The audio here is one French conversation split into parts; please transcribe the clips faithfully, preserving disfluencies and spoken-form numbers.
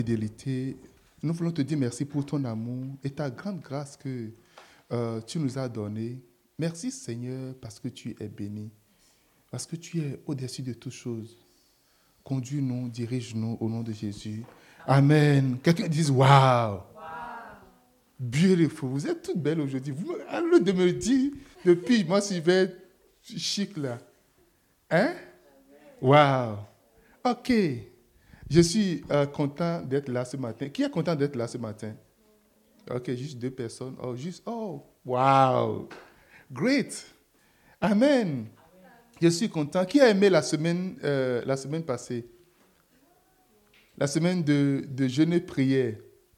fidélité. Nous voulons te dire merci pour ton amour et ta grande grâce que euh, tu nous as donnée. Merci Seigneur parce que tu es béni, parce que tu es au-dessus de toutes choses. Conduis-nous, dirige-nous au nom de Jésus. Amen. Quelqu'un dise waouh. Beautiful. Vous êtes toutes belles aujourd'hui. Vous, à lieu de me dire depuis, moi si je vais être chic là. Hein? Waouh. Ok. Je suis euh, content d'être là ce matin. Qui est content d'être là ce matin? Ok, juste deux personnes. Oh, juste, oh, wow. Great. Amen. Je suis content. Qui a aimé la semaine, euh, la semaine passée? La semaine de, de jeûne et prière.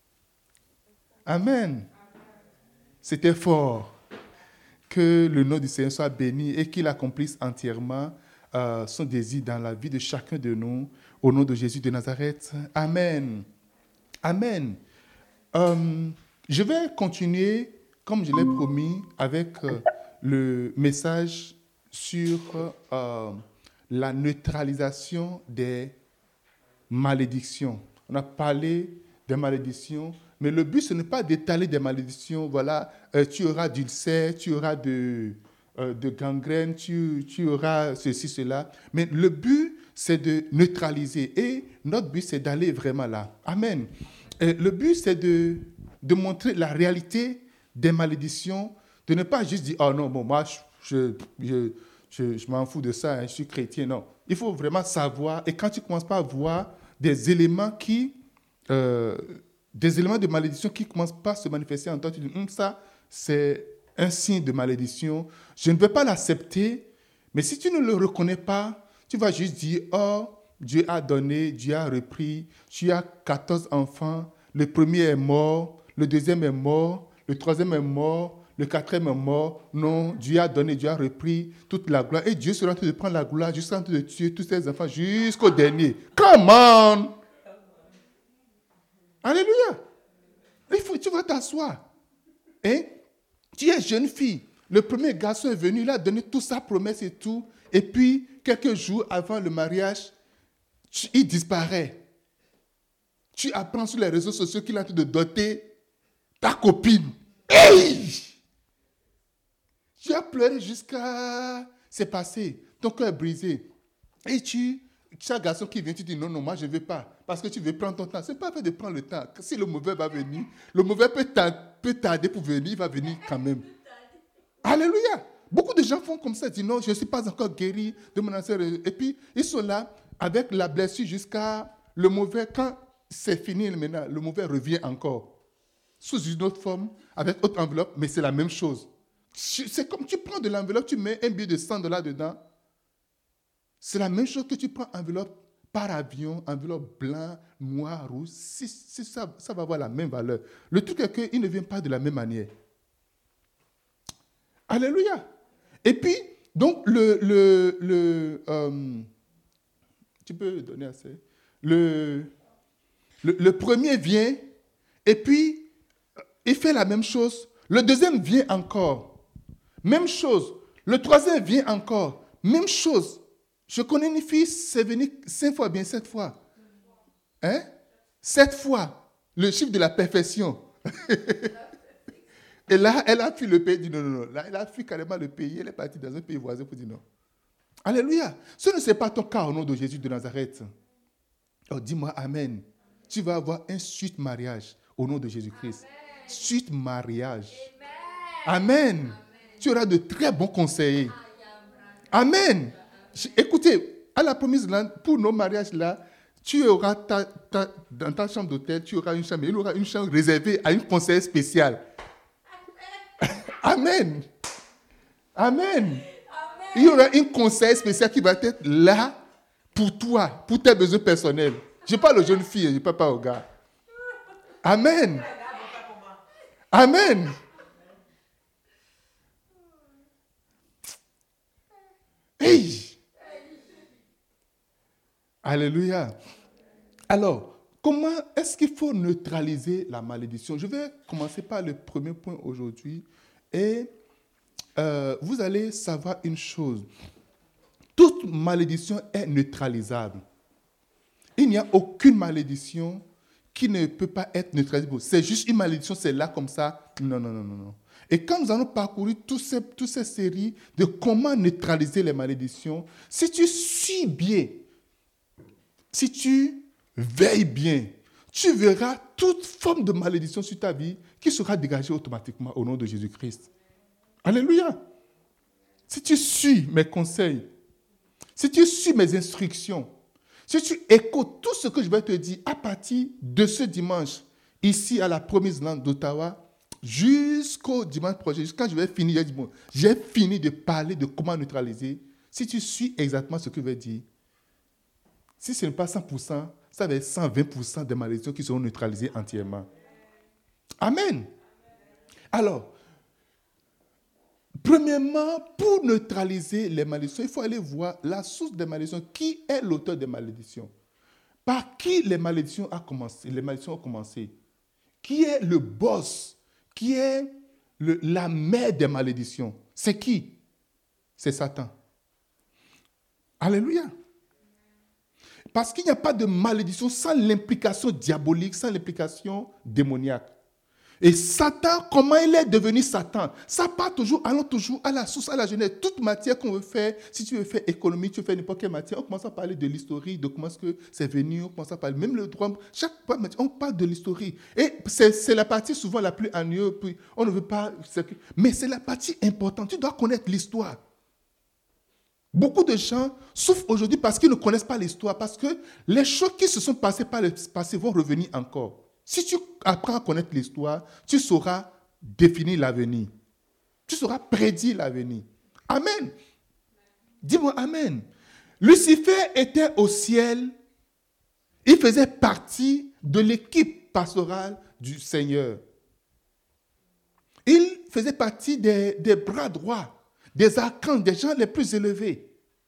Amen. C'était fort. Que le nom du Seigneur soit béni et qu'il accomplisse entièrement euh, son désir dans la vie de chacun de nous. Au nom de Jésus de Nazareth. Amen. Amen. Euh, je vais continuer, comme je l'ai promis, avec euh, le message sur euh, la neutralisation des malédictions. On a parlé des malédictions, mais le but, ce n'est pas d'étaler des malédictions. Voilà, euh, tu auras d'ulcère, tu auras de, euh, de gangrène, tu, tu auras ceci, cela. Mais le but, c'est de neutraliser. Et notre but, c'est d'aller vraiment là. Amen. Et le but, c'est de, de montrer la réalité des malédictions, de ne pas juste dire, oh non, bon, moi, je, je, je, je m'en fous de ça, hein, je suis chrétien. Non. Il faut vraiment savoir. Et quand tu commences pas à voir des éléments qui, euh, des éléments de malédiction qui ne commencent pas à se manifester en toi, tu dis, hm, ça, c'est un signe de malédiction. Je ne veux pas l'accepter, mais si tu ne le reconnais pas, tu vas juste dire, oh, Dieu a donné, Dieu a repris, tu as quatorze enfants, le premier est mort, le deuxième est mort, le troisième est mort, le quatrième est mort. Non, Dieu a donné, Dieu a repris toute la gloire. Et Dieu sera en train de prendre la gloire jusqu'en train de tuer tous ses enfants jusqu'au dernier. Come on! Alléluia! Il faut, tu vas t'asseoir. Et tu es jeune fille. Le premier garçon est venu, il a donné toute sa promesse et tout. Et puis, quelques jours avant le mariage, tu, il disparaît. Tu apprends sur les réseaux sociaux qu'il est en train de doter ta copine. Hey! Tu as pleuré jusqu'à... C'est passé. Ton cœur est brisé. Et tu... Chaque garçon qui vient, tu dis non, non, moi je ne veux pas. Parce que tu veux prendre ton temps. Ce n'est pas fait de prendre le temps. Si le mauvais va venir, le mauvais peut, peut tarder pour venir, il va venir quand même. Alléluia! Beaucoup de gens font comme ça, ils disent non, je ne suis pas encore guéri de mon ancien. Et puis, ils sont là avec la blessure jusqu'à le mauvais. Quand c'est fini maintenant, le mauvais revient encore. Sous une autre forme, avec autre enveloppe, mais c'est la même chose. C'est comme tu prends de l'enveloppe, tu mets un billet de cent dollars dedans. C'est la même chose que tu prends enveloppe par avion, enveloppe blanc, noir, rouge. Si, si ça, ça va avoir la même valeur. Le truc est qu'il ne vient pas de la même manière. Alléluia. Et puis, donc, le... le, le euh, tu peux donner assez. Le, le, le premier vient, et puis, il fait la même chose. Le deuxième vient encore. Même chose. Le troisième vient encore. Même chose. Je connais une fille, c'est venu cinq fois, bien sept fois. Hein? Sept fois. Le chiffre de la perfection. Et là, elle a fui le pays, dit non, non, non. Là, elle a fui carrément le pays. Elle est partie dans un pays voisin pour dire non. Alléluia. Ce ne c'est pas ton cas au nom de Jésus de Nazareth. Oh, dis-moi Amen. Tu vas avoir un suite mariage au nom de Jésus-Christ. Amen. Suite mariage. Amen. Amen. Amen. Tu auras de très bons conseillers. Amen. Écoutez, à la promise pour nos mariages là, tu auras ta, ta, dans ta chambre d'hôtel, tu auras une chambre, il aura une chambre réservée à une conseillère spéciale. Amen. Amen. Amen. Il y aura une conseillère spéciale qui va être là pour toi, pour tes besoins personnels. Je parle aux jeunes filles, je ne parle pas aux gars. Amen. Amen. Hey. Alléluia. Alors, comment est-ce qu'il faut neutraliser la malédiction? Je vais commencer par le premier point aujourd'hui. Et euh, vous allez savoir une chose. Toute malédiction est neutralisable. Il n'y a aucune malédiction qui ne peut pas être neutralisée. C'est juste une malédiction, c'est là comme ça. Non, non, non, non, non. Et quand nous allons parcourir toutes ces, toutes ces séries de comment neutraliser les malédictions, si tu suis bien, si tu veilles bien, tu verras toute forme de malédiction sur ta vie qui sera dégagée automatiquement au nom de Jésus-Christ. Alléluia. Si tu suis mes conseils, si tu suis mes instructions, si tu écoutes tout ce que je vais te dire à partir de ce dimanche, ici à la Promise Land d'Ottawa, jusqu'au dimanche prochain, quand je vais finir, j'ai dit, bon, j'ai fini de parler de comment neutraliser. Si tu suis exactement ce que je vais dire, si ce n'est pas cent pour cent, ça va être cent vingt pour cent des malédictions qui seront neutralisées entièrement. Amen. Alors, premièrement, pour neutraliser les malédictions, il faut aller voir la source des malédictions. Qui est l'auteur des malédictions? Par qui les malédictions ont commencé? Les malédictions ont commencé. Qui est le boss? Qui est le, la mère des malédictions? C'est qui? C'est Satan. Alléluia. Parce qu'il n'y a pas de malédiction sans l'implication diabolique, sans l'implication démoniaque. Et Satan, comment il est devenu Satan? Ça part toujours, allons toujours à la source, à la genèse. Toute matière qu'on veut faire, si tu veux faire économie, tu veux faire n'importe quelle matière, on commence à parler de l'historique, de comment est-ce que c'est venu, on commence à parler, même le droit, chaque matière, on parle de l'historique. Et c'est, c'est la partie souvent la plus ennuyeuse, puis on ne veut pas... C'est, mais c'est la partie importante, tu dois connaître l'histoire. Beaucoup de gens souffrent aujourd'hui parce qu'ils ne connaissent pas l'histoire, parce que les choses qui se sont passées par le passé vont revenir encore. Si tu apprends à connaître l'histoire, tu sauras définir l'avenir. Tu sauras prédire l'avenir. Amen. Dis-moi Amen. Lucifer était au ciel. Il faisait partie de l'équipe pastorale du Seigneur. Il faisait partie des, des bras droits, des archanges, des gens les plus élevés.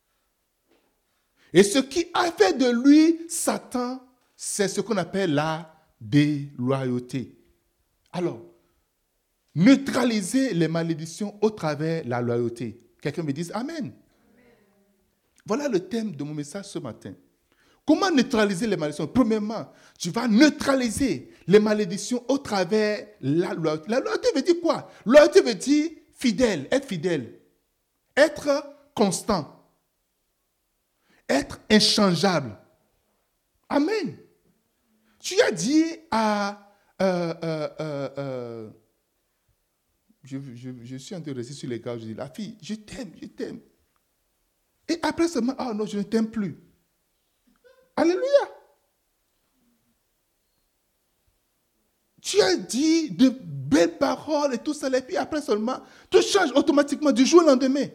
Et ce qui a fait de lui Satan, c'est ce qu'on appelle la déloyauté. Alors, neutraliser les malédictions au travers de la loyauté. Quelqu'un me dise Amen. Amen. Voilà le thème de mon message ce matin. Comment neutraliser les malédictions? Premièrement, tu vas neutraliser les malédictions au travers de la loyauté. La loyauté veut dire quoi? Loyauté veut dire fidèle, être fidèle, être constant, être inchangeable. Amen. Tu as dit à... Euh, euh, euh, euh, je, je, je suis intéressé sur les gars, je dis, la fille, je t'aime, je t'aime. Et après seulement, ah non, je ne t'aime plus. Alléluia. Tu as dit de belles paroles et tout ça, et puis après seulement, tout change automatiquement du jour au lendemain.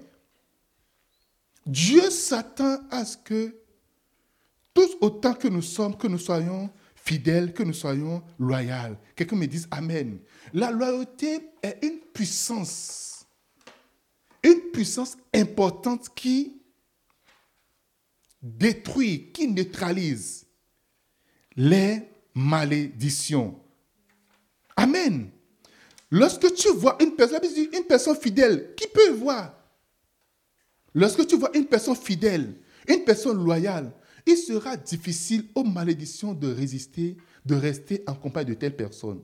Dieu s'attend à ce que, tous autant que nous sommes, que nous soyons fidèles, que nous soyons loyaux. Quelqu'un me dise Amen. La loyauté est une puissance, une puissance importante qui détruit, qui neutralise les malédictions. Amen. Lorsque tu vois une personne, une personne fidèle, qui peut voir? Lorsque tu vois une personne fidèle, une personne loyale, il sera difficile aux malédictions de résister, de rester en compagnie de telle personne.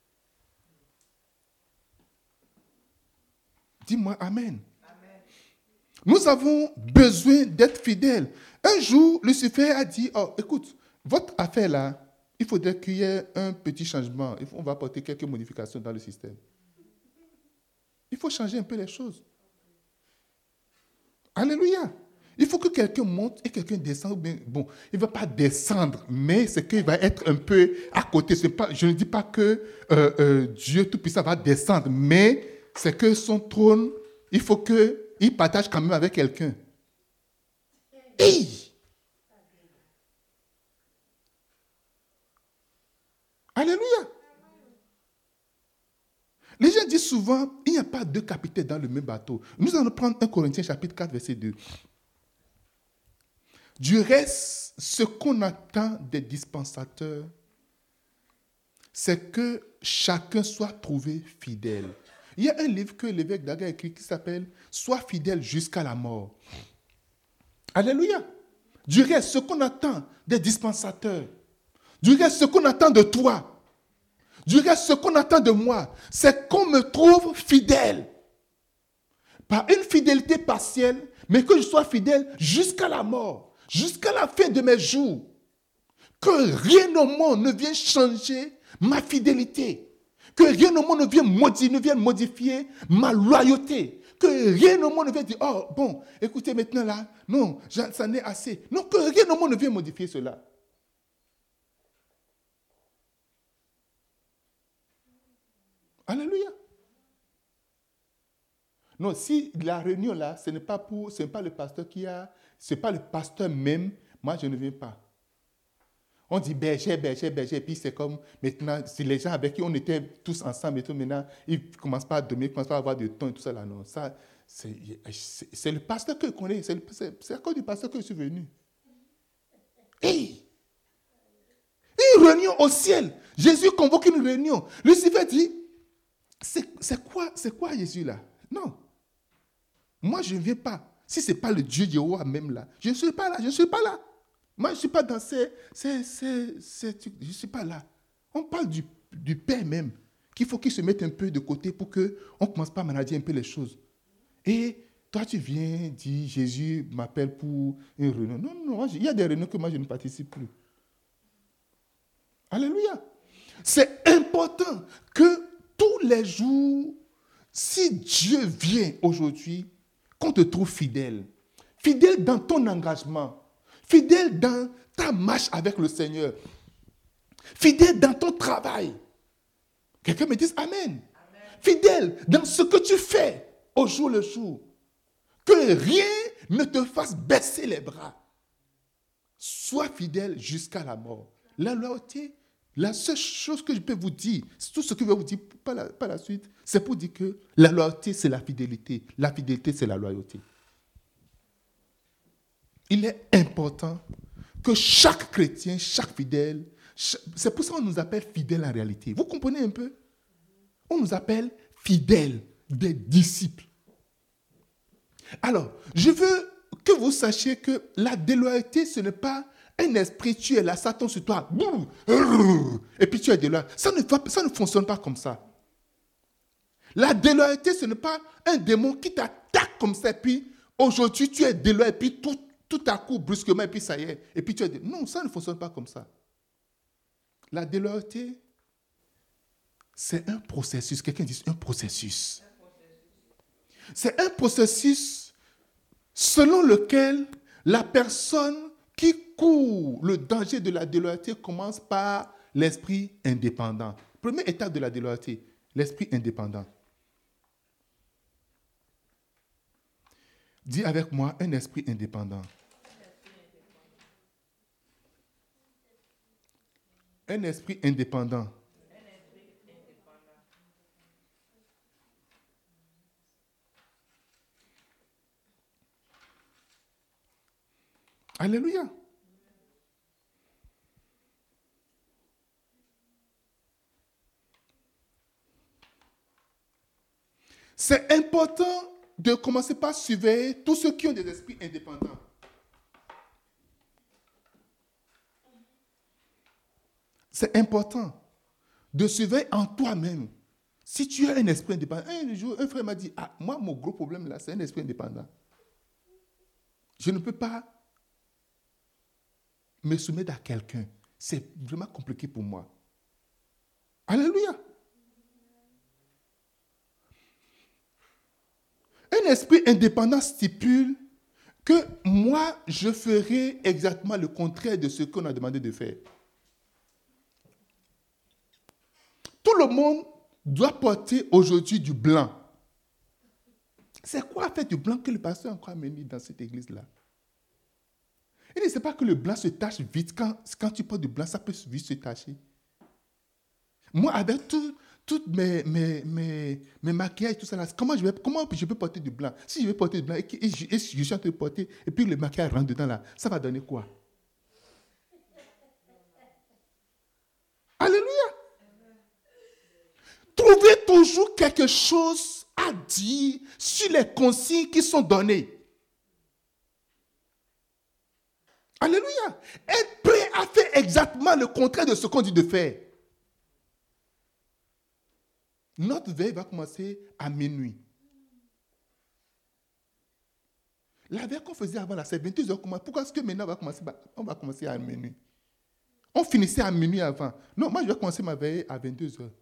Dis-moi Amen. Amen. Nous avons besoin d'être fidèles. Un jour, Lucifer a dit, oh, écoute, votre affaire là, il faudrait qu'il y ait un petit changement. On va apporter quelques modifications dans le système. Il faut changer un peu les choses. Alléluia. Il faut que quelqu'un monte et quelqu'un descende. Bon, il ne va pas descendre, mais c'est qu'il va être un peu à côté. C'est pas, je ne dis pas que euh, euh, Dieu Tout-Puissant va descendre, mais c'est que son trône, il faut qu'il partage quand même avec quelqu'un. Hey! Alléluia. Les gens disent souvent, il n'y a pas deux capitaines dans le même bateau. Nous allons prendre un Corinthiens chapitre quatre, verset deux. Du reste, ce qu'on attend des dispensateurs, c'est que chacun soit trouvé fidèle. Il y a un livre que l'évêque Daga a écrit qui s'appelle « Sois fidèle jusqu'à la mort ». Alléluia. Du reste, ce qu'on attend des dispensateurs, Du reste, ce qu'on attend de toi, du reste, ce qu'on attend de moi, c'est qu'on me trouve fidèle. Pas une fidélité partielle, mais que je sois fidèle jusqu'à la mort, jusqu'à la fin de mes jours. Que rien au monde ne vienne changer ma fidélité. Que rien au monde ne vienne modifier, ne vienne modifier ma loyauté. Que rien au monde ne vienne dire, oh bon, écoutez maintenant là, non, ça n'est assez. Non, que rien au monde ne vienne modifier cela. Alléluia. Non, si la réunion là, ce n'est pas pour, ce n'est pas le pasteur qui a, ce n'est pas le pasteur même, moi je ne viens pas. On dit berger, berger, berger, et puis c'est comme maintenant, si les gens avec qui on était tous ensemble et tout, maintenant, ils ne commencent pas à dormir, ils ne commencent pas à avoir de temps et tout ça là, non. Ça, c'est, c'est, c'est le pasteur que je connais, c'est, le, c'est, c'est à cause du pasteur que je suis venu. Hey! Une réunion au ciel. Jésus convoque une réunion. Lucifer dit, c'est, c'est quoi, c'est quoi Jésus là? Non. Moi, je ne viens pas. Si ce n'est pas le Dieu Jéhovah même là, je ne suis pas là, je ne suis pas là. Moi, je ne suis pas dans ces... ces, ces, ces je ne suis pas là. On parle du, du Père même, qu'il faut qu'il se mette un peu de côté pour qu'on ne commence pas à manager un peu les choses. Et toi, tu viens, dis, Jésus m'appelle pour une réunion. Non, non, non, il y a des réunions que moi, je ne participe plus. Alléluia. C'est important que tous les jours, si Dieu vient aujourd'hui, qu'on te trouve fidèle. Fidèle dans ton engagement. Fidèle dans ta marche avec le Seigneur. Fidèle dans ton travail. Quelqu'un me dise Amen. Amen. Fidèle dans ce que tu fais au jour le jour. Que rien ne te fasse baisser les bras. Sois fidèle jusqu'à la mort. La loyauté, la seule chose que je peux vous dire, tout ce que je vais vous dire par la, par la suite, c'est pour dire que la loyauté, c'est la fidélité. La fidélité, c'est la loyauté. Il est important que chaque chrétien, chaque fidèle, chaque, c'est pour ça qu'on nous appelle fidèles en réalité. Vous comprenez un peu? On nous appelle fidèles, des disciples. Alors, je veux que vous sachiez que la déloyauté, ce n'est pas un esprit, tu es là, ça tombe sur toi, et puis tu es déloyal. Ça ne, ça ne fonctionne pas comme ça. La déloyauté, ce n'est pas un démon qui t'attaque comme ça, et puis aujourd'hui tu es déloyal, et puis tout, tout à coup, brusquement, et puis ça y est, et puis tu es déloyal. Non, ça ne fonctionne pas comme ça. La déloyauté, c'est un processus. Quelqu'un dit un processus. C'est un processus selon lequel la personne qui court le danger de la déloyauté commence par l'esprit indépendant. Première étape de la déloyauté, l'esprit indépendant. Dis avec moi, un esprit indépendant. Un esprit indépendant. Alléluia. C'est important de commencer par surveiller tous ceux qui ont des esprits indépendants. C'est important de surveiller en toi-même. Si tu as un esprit indépendant, un jour, un frère m'a dit, ah, moi, mon gros problème là, c'est un esprit indépendant. Je ne peux pas me soumettre à quelqu'un. C'est vraiment compliqué pour moi. Alléluia. Un esprit indépendant stipule que moi, je ferai exactement le contraire de ce qu'on a demandé de faire. Tout le monde doit porter aujourd'hui du blanc. C'est quoi faire du blanc que le pasteur a encore amené dans cette église-là? Il ne sait pas que le blanc se tache vite. Quand, quand tu portes du blanc, ça peut vite se tacher. Moi, avec tout, tout mes, mes, mes, mes maquillages, tout ça, là, comment, je vais, comment je peux porter du blanc? Si je vais porter du blanc et que et je, et je suis en train de porter, et puis le maquillage rentre dedans, là, ça va donner quoi? Alléluia! Trouvez toujours quelque chose à dire sur les consignes qui sont données. Alléluia. Être prêt à faire fait exactement le contraire de ce qu'on dit de faire. Notre veille va commencer à minuit. La veille qu'on faisait avant, là, c'est vingt-deux heures. Pourquoi est-ce que maintenant on va commencer, on va commencer à minuit? On finissait à minuit avant. Non, moi je vais commencer ma veille à vingt-deux heures.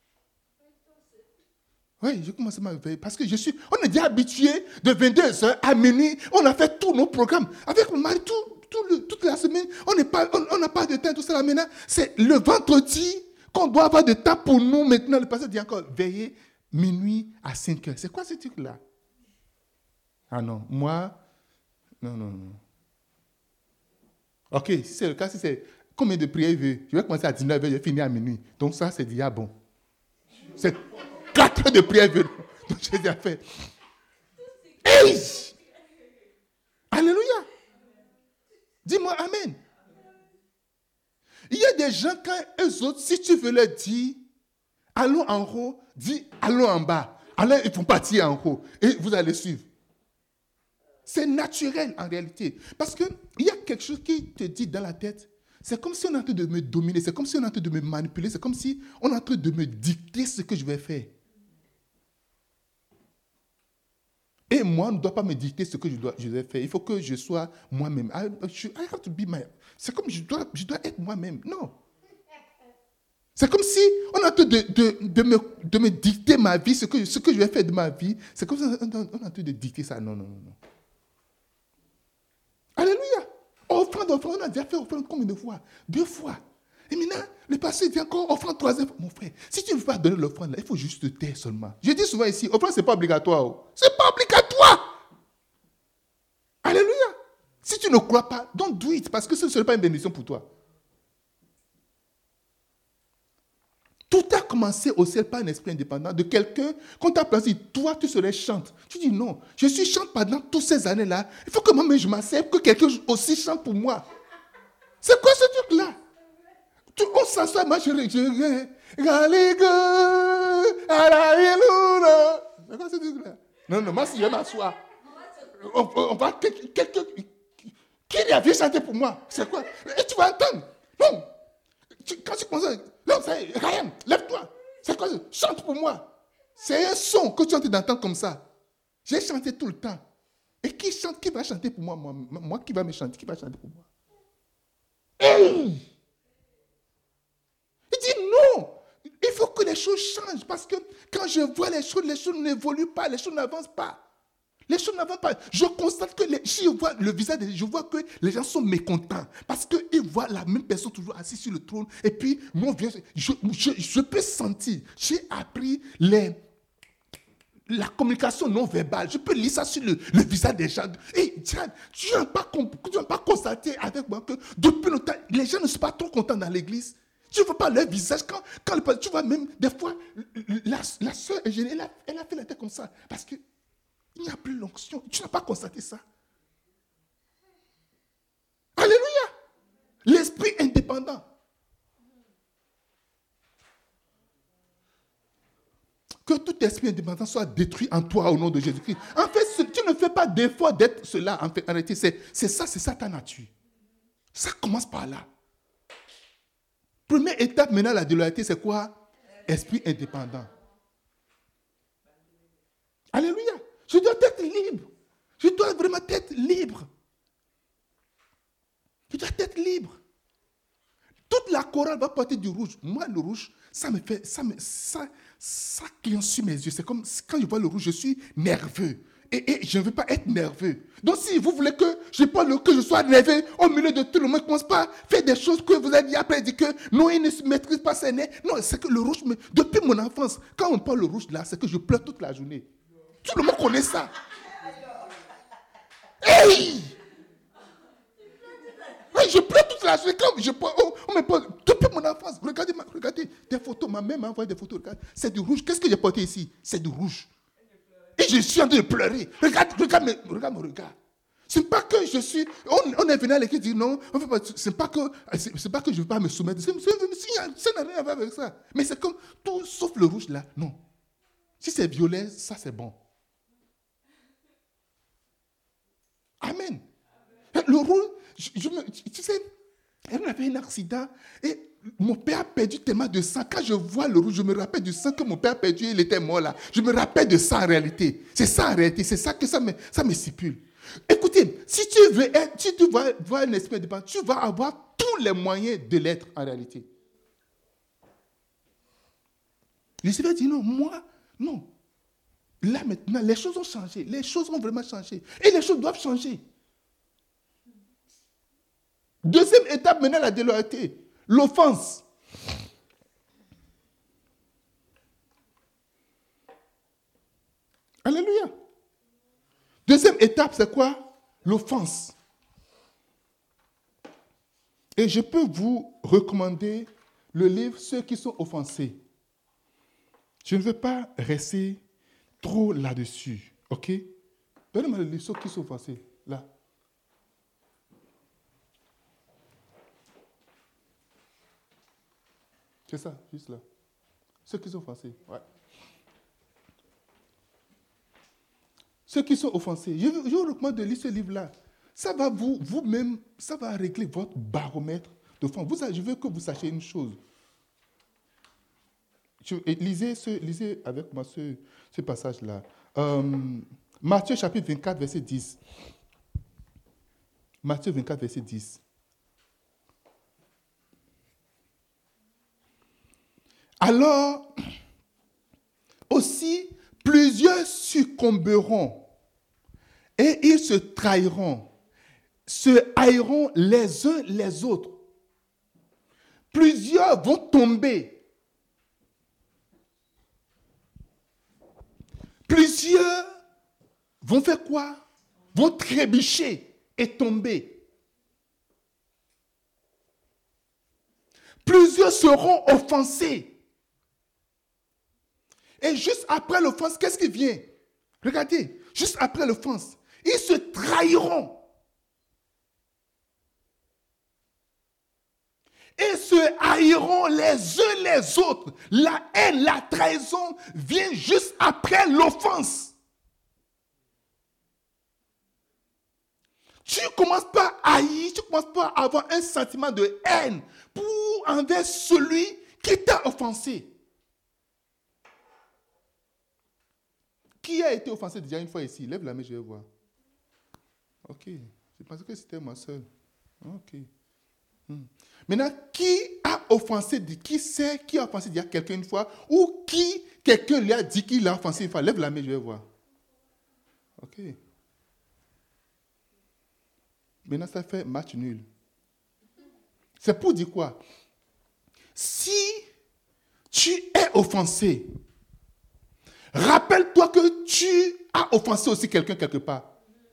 Oui, j'ai commencé ma veille parce que je suis. On est déjà habitué de vingt-deux heures à minuit. On a fait tous nos programmes. Avec mon mari, tout, tout le, toute la semaine, on n'a pas, on, pas de temps, tout ça là. Maintenant, c'est le vendredi qu'on doit avoir de temps pour nous. Maintenant, le pasteur dit encore veiller minuit à cinq heures. C'est quoi ce truc-là? Ah non, moi, non, non, non. Ok, si c'est le cas, si c'est combien de prières il veut, je vais commencer à dix-neuf heures, je vais finir à minuit. Donc ça, c'est déjà bon. C'est quatre heures de prière. Donc j'ai déjà fait. Hey! Alléluia! Dis-moi Amen. Il y a des gens, quand eux autres, si tu veux leur dire, allons en haut, dis allons en bas. Alors ils vont partir en haut et vous allez suivre. C'est naturel en réalité. Parce qu'il y a quelque chose qui te dit dans la tête. C'est comme si on est en train de me dominer. C'est comme si on est en train de me manipuler. C'est comme si on est en train de me dicter ce que je vais faire. Et moi, on ne doit pas me dicter ce que je, dois, je vais faire. Il faut que je sois moi-même. I, I have to be my... C'est comme je dois, je dois être moi-même. Non. C'est comme si on est en train de, de, de, me, de me dicter ma vie, ce que, ce que je vais faire de ma vie. C'est comme si on est en train de dicter ça. Non, non, non, non. Alléluia. Offrande, offrande, on a déjà fait offrande combien de fois? Deux fois. Et maintenant, le pasteur dit encore offrande troisième fois. Mon frère, si tu ne veux pas donner l'offrande, là, il faut juste te taire seulement. Je dis souvent ici, offrande, ce n'est pas obligatoire. Ce n'est pas obligatoire. Alléluia. Si tu ne crois pas, don't do it, parce que ce ne serait pas une bénédiction pour toi. Tout a commencé au ciel par un esprit indépendant de quelqu'un qu'on t'a placé. Toi, tu serais chante. Tu dis non, je suis chante pendant toutes ces années-là. Il faut que moi-même je m'accepte, que quelqu'un aussi chante pour moi. C'est quoi ce truc-là? On s'assoit, moi je regarde. C'est quoi ce truc-là? Non, non, moi si je m'assois, on, on va quelqu'un qui vient chanter pour moi. C'est quoi? Et tu vas entendre. Non. Tu, quand tu commences, non, c'est Ryan, lève-toi. C'est quoi? Chante pour moi. C'est un son que tu es en train d'entendre comme ça. J'ai chanté tout le temps. Et qui chante, qui va chanter pour moi? Moi, moi qui va me chanter, qui va chanter pour moi? Hey! Il dit non. Il faut que les choses changent parce que quand je vois les choses, les choses n'évoluent pas, les choses n'avancent pas. Les choses n'avancent pas. Je constate que les, si je vois le visage, je vois que les gens sont mécontents parce qu'ils voient la même personne toujours assise sur le trône. Et puis, mon vieux, je, je, je peux sentir, j'ai appris les, la communication non verbale. Je peux lire ça sur le, le visage des gens. Et Diane, tu n'as pas, pas constaté avec moi que depuis longtemps, les gens ne sont pas trop contents dans l'église. Tu ne vois pas leur visage. Quand, quand tu vois même, des fois, la, la soeur Eugénie, elle a, elle a fait la tête comme ça parce que il n'y a plus l'onction. Tu n'as pas constaté ça. Alléluia. L'esprit indépendant. Que tout esprit indépendant soit détruit en toi au nom de Jésus-Christ. En fait, tu ne fais pas d'effort d'être cela. En fait, en réalité, c'est, c'est ça, c'est ça ta nature. Ça commence par là. Première étape maintenant, la déloyauté, c'est quoi? Esprit indépendant. Alléluia. Je dois être libre. Je dois vraiment être libre. Je dois être libre. Toute la chorale va porter du rouge. Moi, le rouge, ça me fait, ça me, ça, ça cligne sur mes yeux. C'est comme quand je vois le rouge, je suis nerveux. Et, et je ne veux pas être nerveux. Donc, si vous voulez que je parle, que je sois nerveux au milieu de tout le monde, ne commence pas à faire des choses que vous avez dit après, dit que non, il ne se maîtrise pas ses nez. Non, c'est que le rouge, me, depuis mon enfance, quand on parle le rouge là, c'est que je pleure toute la journée. Tout le monde connaît ça. Hey! Oui, je pleure toute la journée. Quand je, on, on me pose, depuis mon enfance, regardez, regardez des photos. Ma mère m'a envoyé des photos. Regarde, c'est du rouge. Qu'est-ce que j'ai porté ici? C'est du rouge. Et je suis en train de pleurer. Regarde, regarde, mes, regarde mon regard. C'est pas que je suis. On, on est venu à l'équipe et dit non. On fait pas, c'est pas que c'est, c'est pas que je ne veux pas me soumettre. C'est, c'est, ça n'a rien à voir avec ça. Mais c'est comme tout sauf le rouge là. Non. Si c'est violet, ça c'est bon. Amen. Le rouge, je, je me, tu sais, Elle avait un accident et mon père a perdu tellement de sang. Quand je vois le rouge, je me rappelle du sang que mon père a perdu, il était mort là. Je me rappelle de ça en réalité. C'est ça en réalité, c'est ça que ça me, ça me stipule. Écoutez, si tu veux être, si tu vas voir un esprit indépendant, tu vas avoir tous les moyens de l'être en réalité. Lucifer dit non, moi, non. Là maintenant, les choses ont changé. Les choses ont vraiment changé. Et les choses doivent changer. Deuxième étape maintenant, la déloyauté. L'offense. Alléluia. Deuxième étape, c'est quoi? L'offense. Et je peux vous recommander le livre Ceux qui sont offensés. Je ne veux pas rester trop là-dessus. OK? Donnez-moi le livre Ceux qui sont offensés. Là. C'est ça, juste là. Ceux qui sont offensés. Ouais. Ceux qui sont offensés. Je, je vous recommande de lire ce livre-là. Ça va vous, vous-même, ça va régler votre baromètre d'offense. Vous, je veux que vous sachiez une chose. Je, lisez, ce, lisez avec moi ce, ce passage-là. Euh, Matthieu chapitre vingt-quatre, verset dix. Matthieu vingt-quatre, verset dix. Alors, aussi, plusieurs succomberont et ils se trahiront, se haïront les uns les autres. Plusieurs vont tomber. Plusieurs vont faire quoi? Vont trébucher et tomber. Plusieurs seront offensés. Et juste après l'offense, qu'est-ce qui vient? Regardez, juste après l'offense, ils se trahiront. Et se haïront les uns les autres. La haine, la trahison vient juste après l'offense. Tu ne commences pas à haïr, tu ne commences pas à avoir un sentiment de haine pour envers celui qui t'a offensé. Qui a été offensé déjà une fois ici? Lève la main, je vais voir. Ok. Je pensais que c'était moi seul. Ok. Hmm. Maintenant, qui a offensé, qui sait qui a offensé déjà quelqu'un une fois ou qui, quelqu'un lui a dit qu'il l'a offensé une fois? Lève la main, je vais voir. Ok. Maintenant, ça fait match nul. C'est pour dire quoi? Si tu es offensé, rappelle-toi que tu as offensé aussi quelqu'un quelque part.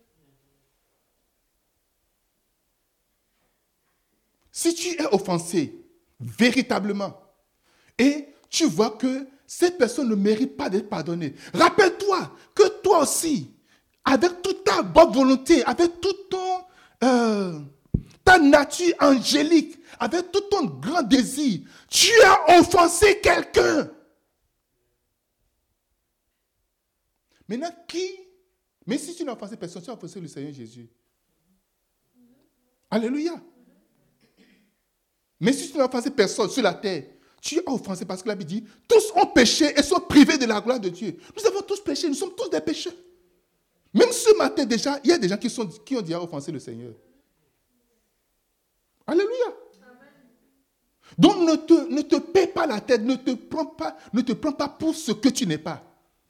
Si tu es offensé, véritablement, et tu vois que cette personne ne mérite pas d'être pardonnée, rappelle-toi que toi aussi, avec toute ta bonne volonté, avec tout ton, euh, ta nature angélique, avec tout ton grand désir, tu as offensé quelqu'un. Maintenant, qui? Mais si tu n'as offensé personne, tu as offensé le Seigneur Jésus. Alléluia. Mais si tu n'as offensé personne sur la terre, tu as offensé parce que la Bible dit, tous ont péché et sont privés de la gloire de Dieu. Nous avons tous péché, nous sommes tous des pécheurs. Même ce matin déjà, il y a des gens qui, sont, qui ont déjà offensé le Seigneur. Alléluia. Amen. Donc ne te, ne te paie pas la tête, ne te prends pas, ne te prends pas pour ce que tu n'es pas.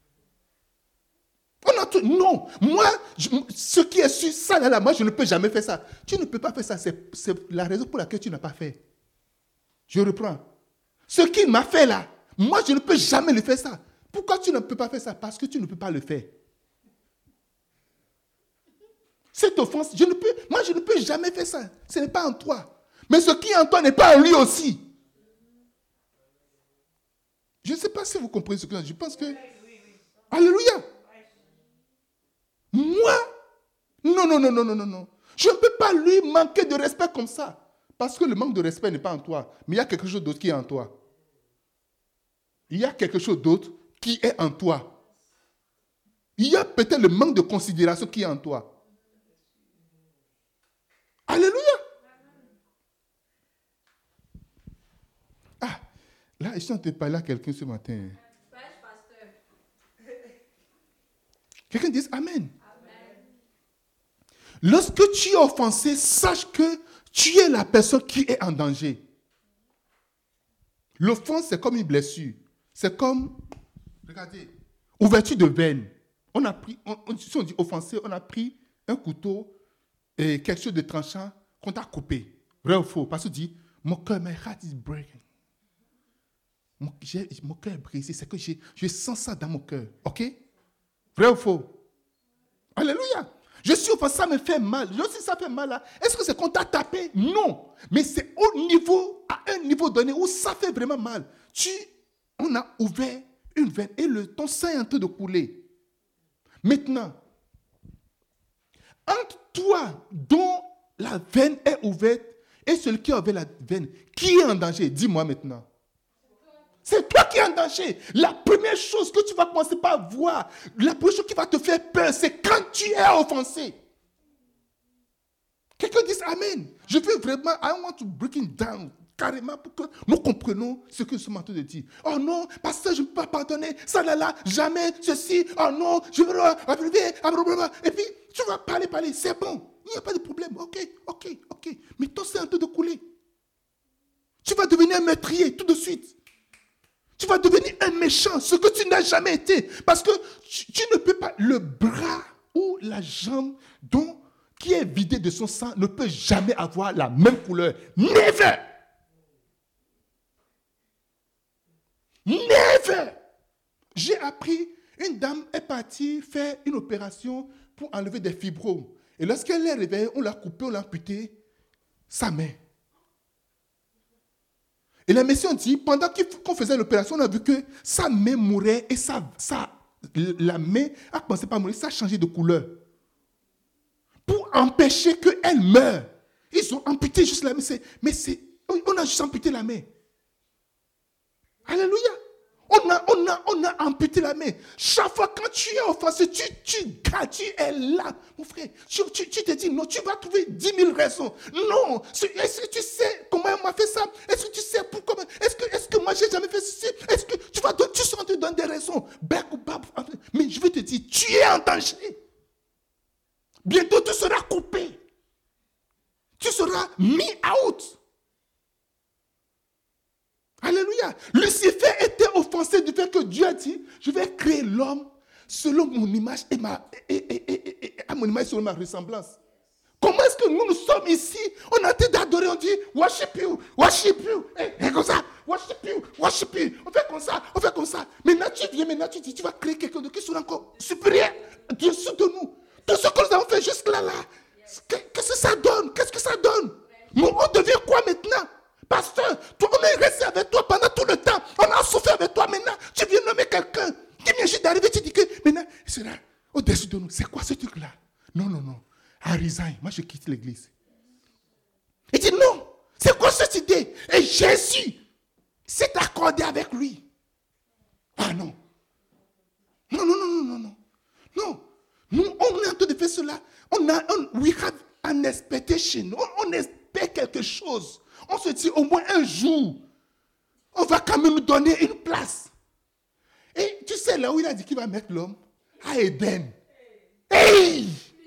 On a tout, non, moi, je, ce qui est sur ça, là, là, moi, je ne peux jamais faire ça. Tu ne peux pas faire ça, c'est, c'est la raison pour laquelle tu n'as pas fait. Je reprends. Ce qu'il m'a fait là, moi, je ne peux jamais le faire ça. Pourquoi tu ne peux pas faire ça? Parce que tu ne peux pas le faire. Cette offense, je ne peux, moi, je ne peux jamais faire ça. Ce n'est pas en toi. Mais ce qui est en toi n'est pas en lui aussi. Je ne sais pas si vous comprenez ce que je dis. Je pense que... Alléluia. Moi, non, non, non, non, non, non, non. Je ne peux pas lui manquer de respect comme ça. Parce que le manque de respect n'est pas en toi. Mais il y a quelque chose d'autre qui est en toi. Il y a quelque chose d'autre qui est en toi. Il y a peut-être le manque de considération qui est en toi. Alléluia. Là, je suis en train de parler à quelqu'un ce matin. Quelqu'un dit Amen. Amen. Lorsque tu es offensé, sache que tu es la personne qui est en danger. L'offense, c'est comme une blessure. C'est comme, regardez, ouverture de veine. On a pris, on, on, si on dit offensé, on a pris un couteau et quelque chose de tranchant qu'on t'a coupé. Vrai ou faux? Parce que dit, mon cœur, my heart is breaking. Mon, j'ai, mon cœur est brisé. C'est que j'ai, je sens ça dans mon cœur. OK? Vrai ou faux? Alléluia. Je suis offensé, ça me fait mal. Je sais ça fait mal là. Est-ce que c'est qu'on t'a tapé? Non. Mais c'est au niveau, à un niveau donné où ça fait vraiment mal. Tu, on a ouvert une veine et le, ton sang est en train de couler. Maintenant, entre toi dont la veine est ouverte et celui qui a ouvert la veine, qui est en danger? Dis-moi maintenant. C'est toi qui es en danger. La première chose que tu vas commencer par voir, la première chose qui va te faire peur, c'est quand tu es offensé. Quelqu'un dit Amen. Je veux vraiment, I want to break it down, carrément, pour que nous comprenions ce que nous sommes en train de dire. Oh non, parce que je ne peux pas pardonner, ça là là, jamais, ceci, oh non, je veux arriver, et puis tu vas parler, parler, c'est bon, il n'y a pas de problème, ok, ok, ok, mais ton sang est en train de couler. Tu vas devenir un meurtrier tout de suite. Tu vas devenir un méchant, ce que tu n'as jamais été. Parce que tu, tu ne peux pas, le bras ou la jambe dont, qui est vidé de son sang ne peut jamais avoir la même couleur. Never! Never! J'ai appris, une dame est partie faire une opération pour enlever des fibromes. Et lorsqu'elle est réveillée, on l'a coupé, on l'a amputé sa main. Et la mission dit, pendant qu'on faisait l'opération, on a vu que sa main mourait et sa, sa, la main a commencé par mourir, ça a changé de couleur. Pour empêcher qu'elle meure, ils ont amputé juste la main. Mais c'est, on a juste amputé la main. Alléluia. On a, on a, on a amputé la main. Chaque fois quand tu es offensé, tu, tu, tu es là. Mon frère, tu, tu, tu te dis, non, tu vas trouver dix mille raisons. Non, est-ce que tu sais comment on m'a fait ça? Est-ce que tu sais pourquoi? Est-ce que, est-ce que moi, j'ai jamais fait ceci? Est-ce que tu vas donner, tu seras en train de donner des raisons? Mais je vais te dire, tu es en danger. Bientôt, tu seras coupé. Tu seras mis out. Alléluia. Lucifer était offensé du fait que Dieu a dit, je vais créer l'homme selon mon image et, ma, et, et, et, et à mon image selon ma ressemblance. Comment est-ce que nous, nous sommes ici? On a été d'adorer, on dit, worship you, worship you. Et, et comme ça, worship you, worship you. On fait comme ça, on fait comme ça. Maintenant, tu viens, maintenant, tu dis, tu vas créer quelqu'un de qui sera encore supérieur, au-dessus de nous. Tout ce que nous avons fait jusque là, là, qu'est-ce que ça donne? Qu'est-ce que ça donne? Nous, on devient quoi maintenant? Pasteur, toi, on est resté avec toi pendant tout le temps. On a souffert avec toi. Maintenant, tu viens nommer quelqu'un qui vient juste d'arriver. Tu dis que maintenant, il sera au-dessus de nous. C'est quoi ce truc-là? Non, non, non. I resign. Moi, je quitte l'église. Il dit non. C'est quoi cette idée? Et Jésus s'est accordé avec lui. Ah non. Non, non, non, non, non, non. Non. Nous, on est en train de faire cela. On a un, we have an expectation. On, on espère quelque chose. On se dit au moins un jour, on va quand même nous donner une place. Et tu sais là où il a dit qu'il va mettre l'homme? À Éden. Hey!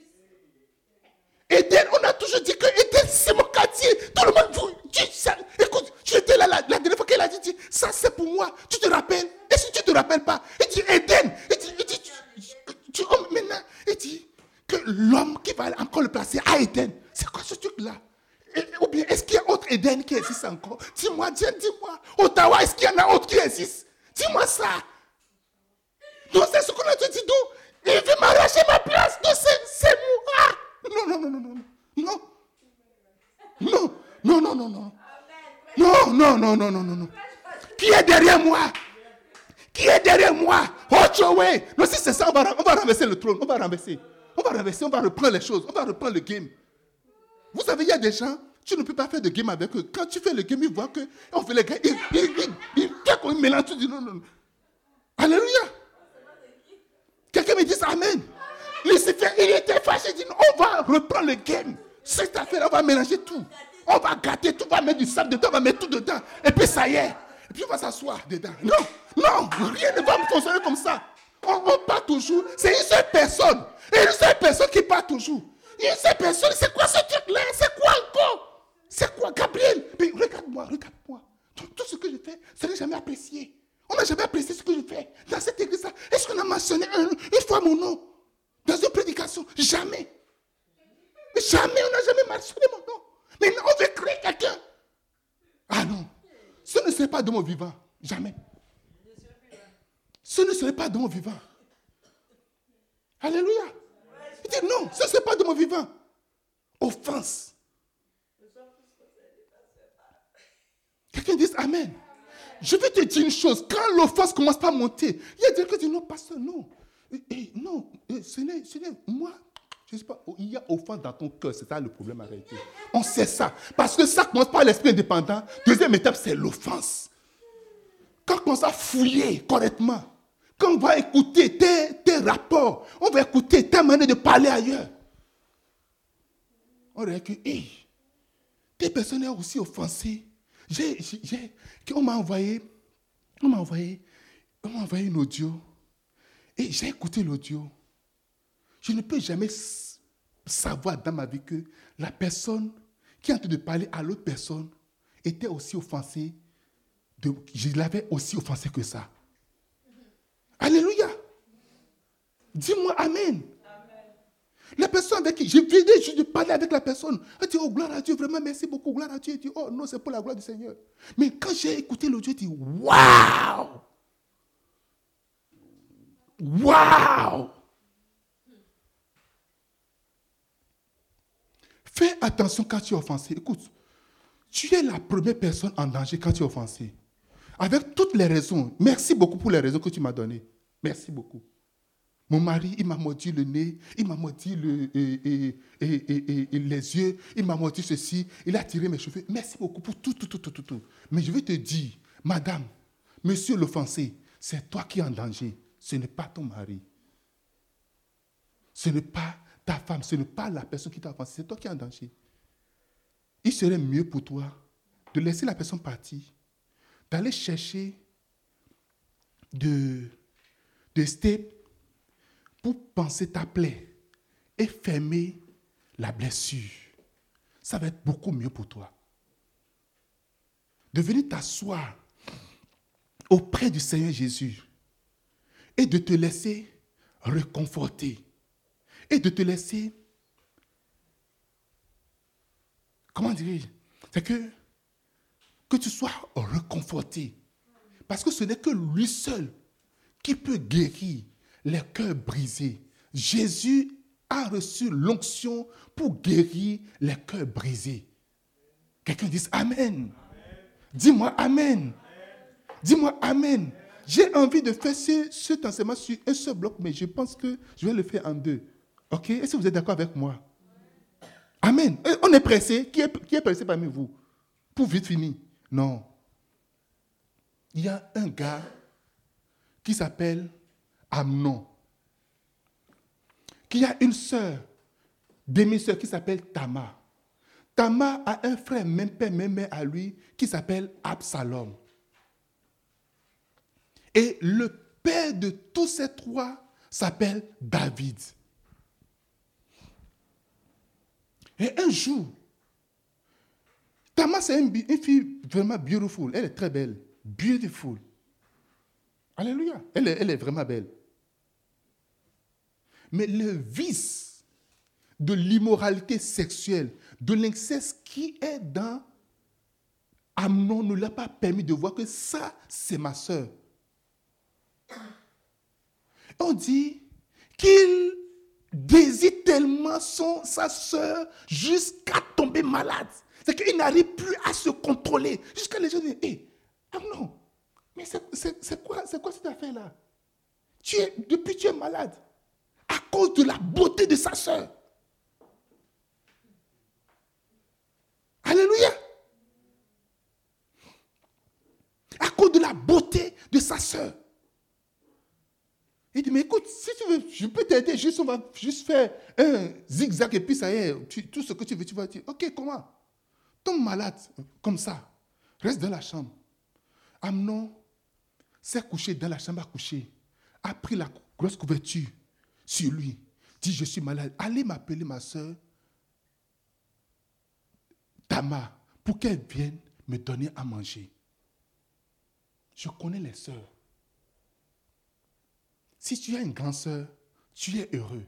Éden, on a toujours dit que Éden, c'est mon quartier. Tout le monde, tu sais, écoute, j'étais là la, la dernière fois qu'elle a dit, dit, ça c'est pour moi. Tu te rappelles? Et si tu ne te rappelles pas, il dit Éden. Il dit, il dit tu, tu, tu, oh, maintenant, il dit que l'homme qui va encore le placer à Éden, c'est quoi ce truc-là? Ou bien, est-ce qu'il y a autre Éden qui existe encore? Dis-moi, dis, dis-moi. Ottawa, est-ce qu'il y en a autre qui existe? Dis-moi ça. Donc, c'est ce qu'on a dit. Donc, il veut m'arracher ma place. Donc, c'est, c'est moi. Non, non, non, non, non. Non. Non, non, non, non, non. Non, non, non, non, non, non, non. Qui est derrière moi? Qui est derrière moi? Autre way. Non, si c'est ça, on va, on va renverser le trône. On va renverser. On va renverser, on va reprendre les choses. On va reprendre le game. Vous savez, il y a des gens, tu ne peux pas faire de game avec eux. Quand tu fais le game, ils voient qu'on fait les gars, ils, ils, ils, ils, ils, ils mélangent, tu dis non, non. Alléluia. Quelqu'un me dit Amen. Lucifer, il était fâché, il dit non, on va reprendre le game. Cette affaire, on va mélanger tout. On va gâter tout, on va mettre du sable dedans, on va mettre tout dedans. Et puis ça y est. puis on va s'asseoir dedans. Non, non, rien ne va fonctionner comme ça. On, on part toujours. C'est une seule personne. Et une seule personne qui part toujours. Une seule personne, c'est quoi ce truc-là? C'est quoi encore? C'est quoi, Gabriel? Mais regarde-moi, regarde-moi. Tout, tout ce que je fais, ce n'est jamais apprécié. On n'a jamais apprécié ce que je fais dans cette église-là. Est-ce qu'on a mentionné un, une fois mon nom dans une prédication? Jamais. Jamais, on n'a jamais mentionné mon nom. Mais on veut créer quelqu'un. Ah non. Ce ne serait pas de mon vivant. Jamais. Ce ne serait pas de mon vivant. Alléluia. Il dit non, ce ne serait pas de mon vivant. Offense. Quelqu'un dit Amen. Je vais te dire une chose. Quand l'offense commence par monter, il y a des gens qui disent non, pasteur, non. Et, et, non, et ce n'est, ce n'est moi. Je ne sais pas, il y a offense dans ton cœur. C'est ça le problème en réalité. On sait ça. Parce que ça commence par l'esprit indépendant. Deuxième étape, c'est l'offense. Quand on commence à fouiller correctement, quand on va écouter tes, tes rapports, on va écouter ta manière de parler ailleurs. On dirait que, hey, tes personnes sont aussi offensées. J'ai, j'ai, on m'a envoyé, on m'a envoyé, on m'a envoyé une audio. Et j'ai écouté l'audio. Je ne peux jamais savoir dans ma vie que la personne qui est en train de parler à l'autre personne était aussi offensée. De, je l'avais aussi offensée que ça. Alléluia. Dis-moi Amen. Amen. La personne avec qui je venais juste de parler avec la personne, elle dit, oh gloire à Dieu, vraiment merci beaucoup, gloire à Dieu. Elle dit, oh non, c'est pour la gloire du Seigneur. Mais quand j'ai écouté l'audio, je dis, waouh! Waouh! Fais attention quand tu es offensé. Écoute, tu es la première personne en danger quand tu es offensé. Avec toutes les raisons. Merci beaucoup pour les raisons que tu m'as données. Merci beaucoup. Mon mari, il m'a mordu le nez, il m'a mordu le, et, et, et, et, et les yeux, il m'a mordu ceci, il a tiré mes cheveux. Merci beaucoup pour tout, tout, tout, tout, tout, tout. Mais je vais te dire, madame, monsieur l'offensé, c'est toi qui es en danger. Ce n'est pas ton mari. Ce n'est pas ta femme, ce n'est pas la personne qui t'a offensé, c'est toi qui es en danger. Il serait mieux pour toi de laisser la personne partir, d'aller chercher de, de step pour penser ta plaie et fermer la blessure. Ça va être beaucoup mieux pour toi. De venir t'asseoir auprès du Seigneur Jésus et de te laisser réconforter et de te laisser, comment dirais-je, c'est que, que tu sois réconforté. Parce que ce n'est que lui seul qui peut guérir les cœurs brisés. Jésus a reçu l'onction pour guérir les cœurs brisés. Quelqu'un dit Amen. Amen. Dis-moi Amen. Amen. Dis-moi Amen. J'ai envie de faire ce, cet enseignement sur un seul bloc, mais je pense que je vais le faire en deux. Ok? Est-ce que vous êtes d'accord avec moi? Amen. On est pressé. Qui est, qui est pressé parmi vous? Pour vite finir? Non. Il y a un gars qui s'appelle Amnon, qui a une sœur, demi-sœur qui s'appelle Tamar. Tamar a un frère, même père, même mère à lui, qui s'appelle Absalom. Et le père de tous ces trois s'appelle David. Et un jour, Tamar, c'est une, une fille vraiment beautiful. Elle est très belle. Beautiful. Alléluia. Elle est, elle est vraiment belle. Mais le vice de l'immoralité sexuelle, de l'inceste qui est dans Amnon ne l'a pas permis de voir que ça, c'est ma sœur. On dit qu'il désire tellement son, sa sœur jusqu'à tomber malade. C'est qu'il n'arrive plus à se contrôler. Jusqu'à les gens disent, hé, Amnon, mais c'est, c'est, c'est, quoi, c'est quoi cette affaire-là? Tu es, depuis tu es malade. À cause de la beauté de sa sœur. Alléluia. À cause de la beauté de sa sœur. Il dit, mais écoute, si tu veux, je peux t'aider, juste, on va juste faire un zigzag et puis ça y est, tu, tout ce que tu veux, tu vas dire, ok, comment? Tombe malade, comme ça, reste dans la chambre. Amnon s'est couché dans la chambre à coucher, a pris la grosse couverture sur lui, dit, je suis malade, allez m'appeler ma soeur Tamar pour qu'elle vienne me donner à manger. Je connais les sœurs. Si tu as une grande sœur, tu es heureux.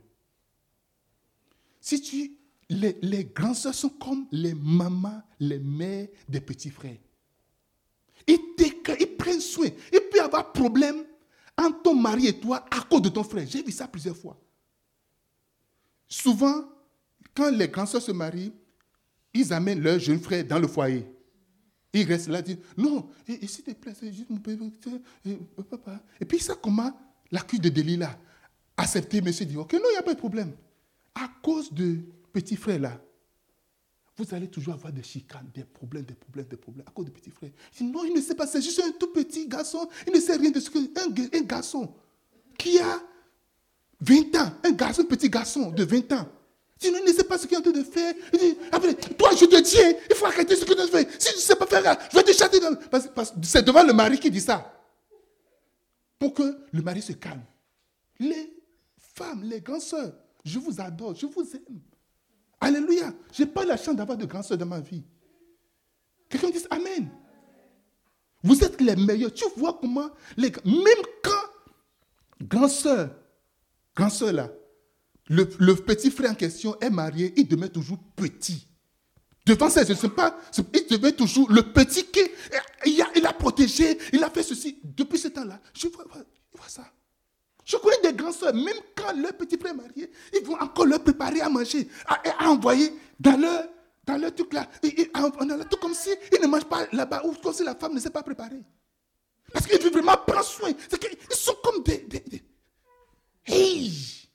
Si tu, les, les grandes sœurs sont comme les mamans, les mères des petits frères. Ils, ils prennent soin. Il peut y avoir problème entre ton mari et toi à cause de ton frère. J'ai vu ça plusieurs fois. Souvent, quand les grandes sœurs se marient, ils amènent leur jeune frère dans le foyer. Ils restent là, disent, non, et, et s'il te plaît, c'est juste mon bébé, papa. Et puis ça, comment l'accuse de Delilah accepter, monsieur dit, ok, non, il n'y a pas de problème. À cause de petit frère là, vous allez toujours avoir des chicanes, des problèmes, des problèmes, des problèmes, à cause de petit frère. Il dit, non, il ne sait pas, c'est juste un tout petit garçon, il ne sait rien de ce que, un, un garçon qui a vingt ans, un garçon, un petit garçon de vingt ans, il dit, non, il ne sait pas ce qu'il est en train de faire. Il dit, après, toi, je te dis, il faut arrêter ce que tu fais. Si tu ne sais pas faire ça, je vais te châtier. Dans... Parce, parce que c'est devant le mari qui dit ça. Pour que le mari se calme. Les femmes, les grandes sœurs, je vous adore, je vous aime. Alléluia. Je n'ai pas la chance d'avoir de grandes sœurs dans ma vie. Quelqu'un dit Amen. Vous êtes les meilleurs. Tu vois comment, les, même quand, grande sœur, grande sœur là, le, le petit frère en question est marié, il demeure toujours petit. Devant ça, je ne sais pas, il demeure toujours le petit qui, il a, il a protégé, il a fait ceci. Depuis ce temps-là, je vois, je vois ça. Je connais des grands soeurs, même quand leur petit frère est marié, ils vont encore leur préparer à manger, à, à envoyer dans leur, dans leur truc là. Et, et, tout comme si ils ne mangent pas là-bas, ou comme si la femme ne s'est pas préparée. Parce qu'ils veulent vraiment prendre soin. C'est qu'ils sont comme des... des, des... Hey!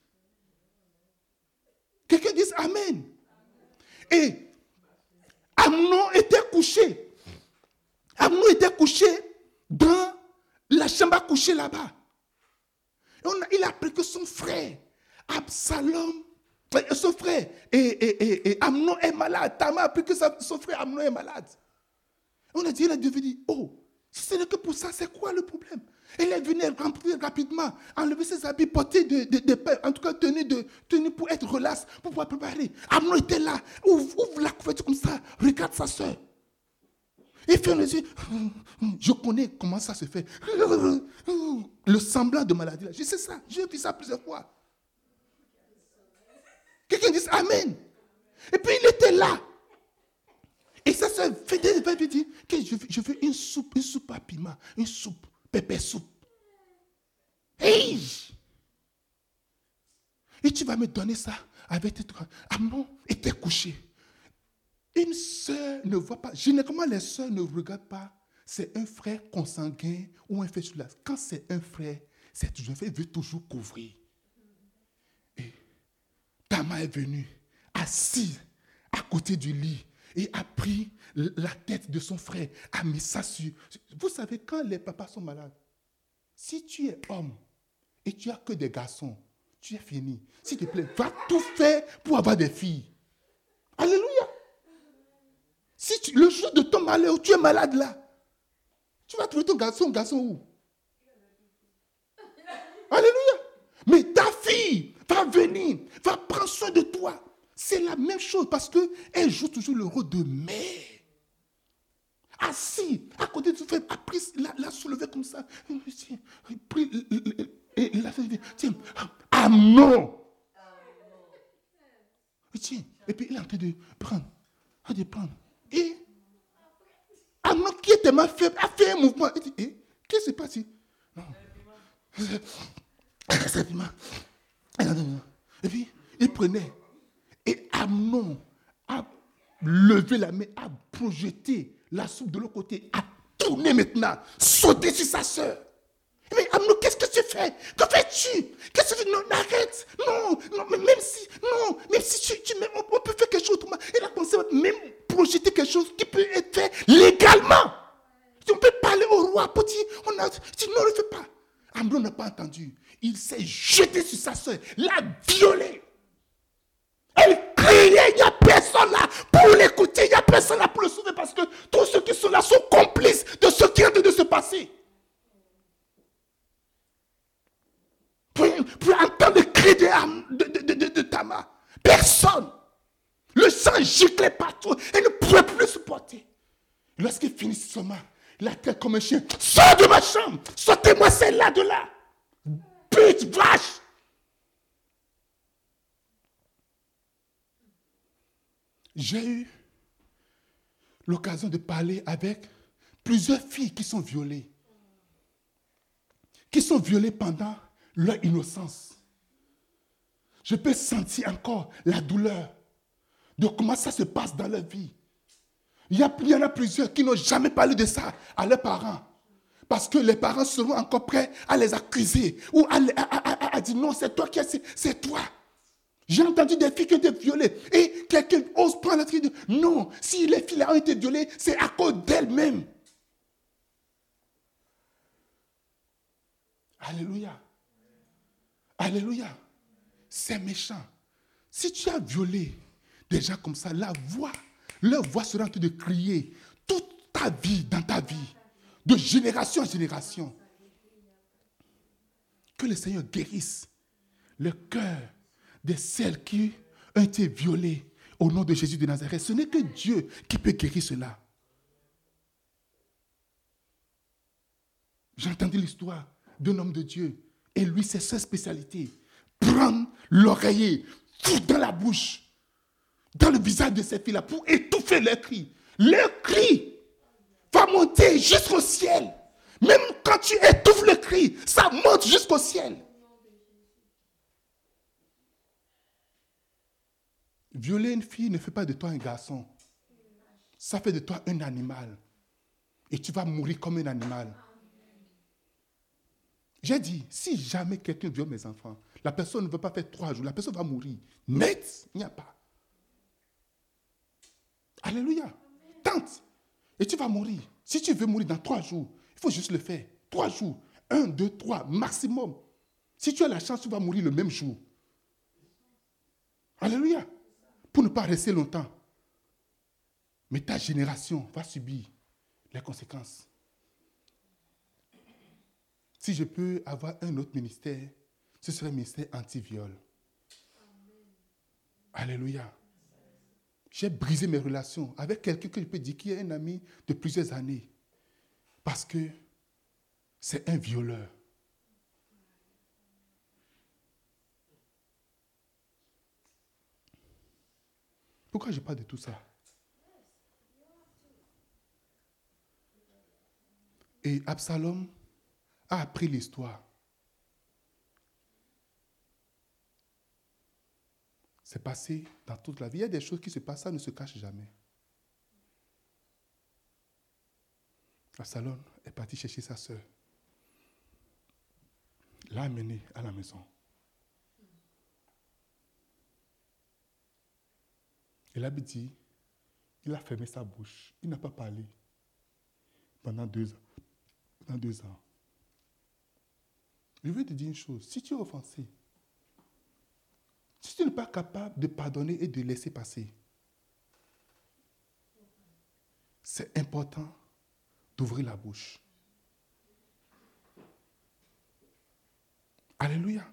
Quelqu'un dise Amen. Et Amnon était couché. Amnon était couché dans la chambre à coucher là-bas. Et on a, il a appris que son frère, Absalom, son frère, et, et, et, et Amnon est malade. Tamar a appris que sa, son frère Amnon est malade. Et on a dit, il a devenu, oh, si ce n'est que pour ça, c'est quoi le problème? Elle est venue remplir rapidement, enlever ses habits, porter de, de, de paix, en tout cas tenue, de, tenue pour être relax, pour pouvoir préparer. Amnon était là, ouvre, ouvre la couverture comme ça, regarde sa soeur. Il fait les yeux, je connais comment ça se fait. Le semblant de maladie, là. Je sais ça, j'ai vu ça plusieurs fois. Quelqu'un dit Amen. Et puis il était là. Et ça se fait des dire que je veux, je veux une soupe, une soupe à piment, une soupe, pépé soupe. Hey! Et tu vas me donner ça avec tes trois. Amnon était couché. Une sœur ne voit pas. Généralement, les sœurs ne regardent pas. C'est un frère consanguin ou un frère sur la. Quand c'est un frère, c'est toujours un frère, il veut toujours couvrir. Et Tamar est venue, assise à côté du lit, et a pris la tête de son frère, a mis ça sur. Vous savez, quand les papas sont malades, si tu es homme et tu n'as que des garçons, tu es fini. S'il te plaît, va tout faire pour avoir des filles. Alléluia. Si tu, le jour de ton malheur, tu es malade là, tu vas trouver ton garçon, garçon où? Alléluia. Mais ta fille va venir, va prendre soin de toi. C'est la même chose parce qu'elle joue toujours le rôle de mère. Assis, à côté de son frère, a pris, l'a, l'a soulevé comme ça. Il pris, et il a fait, tiens, Amnon. Tiens, et puis il est en train de prendre, de prendre. Et Amnon, qui était ma faible, a fait un mouvement. Il dit, eh, qu'est-ce qui s'est passé? Non. C'est piment. Et puis, il prenait. Et Amnon a levé la main, a projeté la soupe de l'autre côté, a tourné maintenant, sauté sur sa soeur. Mais Amnon, qu'est-ce que tu fais? Que fais-tu? Qu'est-ce que tu fais? Non, arrête. Non, non, mais même si, non, même si tu, tu on, on peut faire quelque chose autrement. Il a pensé même projeter quelque chose qui peut être fait légalement. On peut parler au roi pour dire, on a, si non, ne le fais pas. Amnon n'a pas entendu. Il s'est jeté sur sa soeur, l'a violée. Elle criait, il n'y a personne là pour l'écouter, il n'y a personne là pour le sauver parce que tous ceux qui sont là sont complices de ce qui est en train de se passer. Pour, pour entendre le cri de, de, de, de, de Tamar, personne. Le sang giclait partout et ne pouvait plus supporter. Lorsqu'il finit seulement, il a tête comme un chien. Sors de ma chambre, sortez-moi celle-là de là. Pute, vache. J'ai eu l'occasion de parler avec plusieurs filles qui sont violées. Qui sont violées pendant leur innocence. Je peux sentir encore la douleur de comment ça se passe dans leur vie. Il y, a, il y en a plusieurs qui n'ont jamais parlé de ça à leurs parents. Parce que les parents seront encore prêts à les accuser ou à, à, à, à, à dire non, c'est toi qui as, c'est, c'est toi. J'ai entendu des filles qui ont été violées et quelqu'un ose prendre la fille de non, si les filles ont été violées, c'est à cause d'elles-mêmes. Alléluia. Alléluia. C'est méchant. Si tu as violé des gens comme ça, la voix, leur voix sera en train de crier toute ta vie, dans ta vie, de génération en génération. Que le Seigneur guérisse le cœur de celles qui ont été violées au nom de Jésus de Nazareth. Ce n'est que Dieu qui peut guérir cela. J'ai entendu l'histoire d'un homme de Dieu. Et lui, c'est sa spécialité. Prendre l'oreiller, foutre dans la bouche, dans le visage de ces filles-là, pour étouffer leurs cris. Leurs cris va monter jusqu'au ciel. Même quand tu étouffes le cri, ça monte jusqu'au ciel. Violer une fille ne fait pas de toi un garçon. Ça fait de toi un animal. Et tu vas mourir comme un animal. J'ai dit, si jamais quelqu'un viole mes enfants, la personne ne veut pas faire trois jours, la personne va mourir. Net, il n'y a pas. Alléluia. Tente. Et tu vas mourir. Si tu veux mourir dans trois jours, il faut juste le faire. Trois jours. Un, deux, trois, maximum. Si tu as la chance, tu vas mourir le même jour. Alléluia. Pour ne pas rester longtemps. Mais ta génération va subir les conséquences. Si je peux avoir un autre ministère, ce serait le ministère anti-viol. Alléluia. J'ai brisé mes relations avec quelqu'un que je peux dire qui est un ami de plusieurs années. Parce que c'est un violeur. Pourquoi je parle de tout ça? Et Absalom a appris l'histoire. C'est passé dans toute la vie. Il y a des choses qui se passent, ça ne se cache jamais. Absalom est parti chercher sa sœur. L'a amenée à la maison. Et la Bible dit, il a fermé sa bouche. Il n'a pas parlé pendant deux ans. Pendant deux ans. Je veux te dire une chose. Si tu es offensé, si tu n'es pas capable de pardonner et de laisser passer, c'est important d'ouvrir la bouche. Alléluia.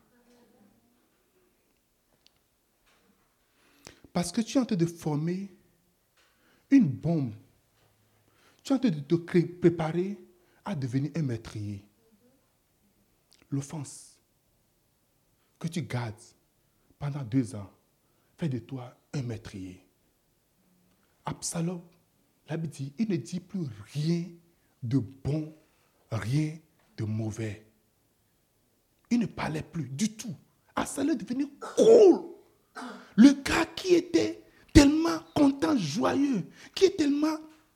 Parce que tu es en train de former une bombe. Tu es en train de te préparer à devenir un meurtrier. L'offense que tu gardes pendant deux ans fait de toi un meurtrier. Absalom, la Bible dit, il ne dit plus rien de bon, rien de mauvais. Il ne parlait plus du tout. Absalom est devenu cool. Le gars qui était tellement content, joyeux, qui est tellement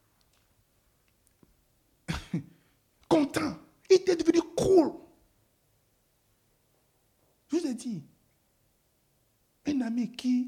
content, il était devenu cool. Je vous ai dit, un ami qui,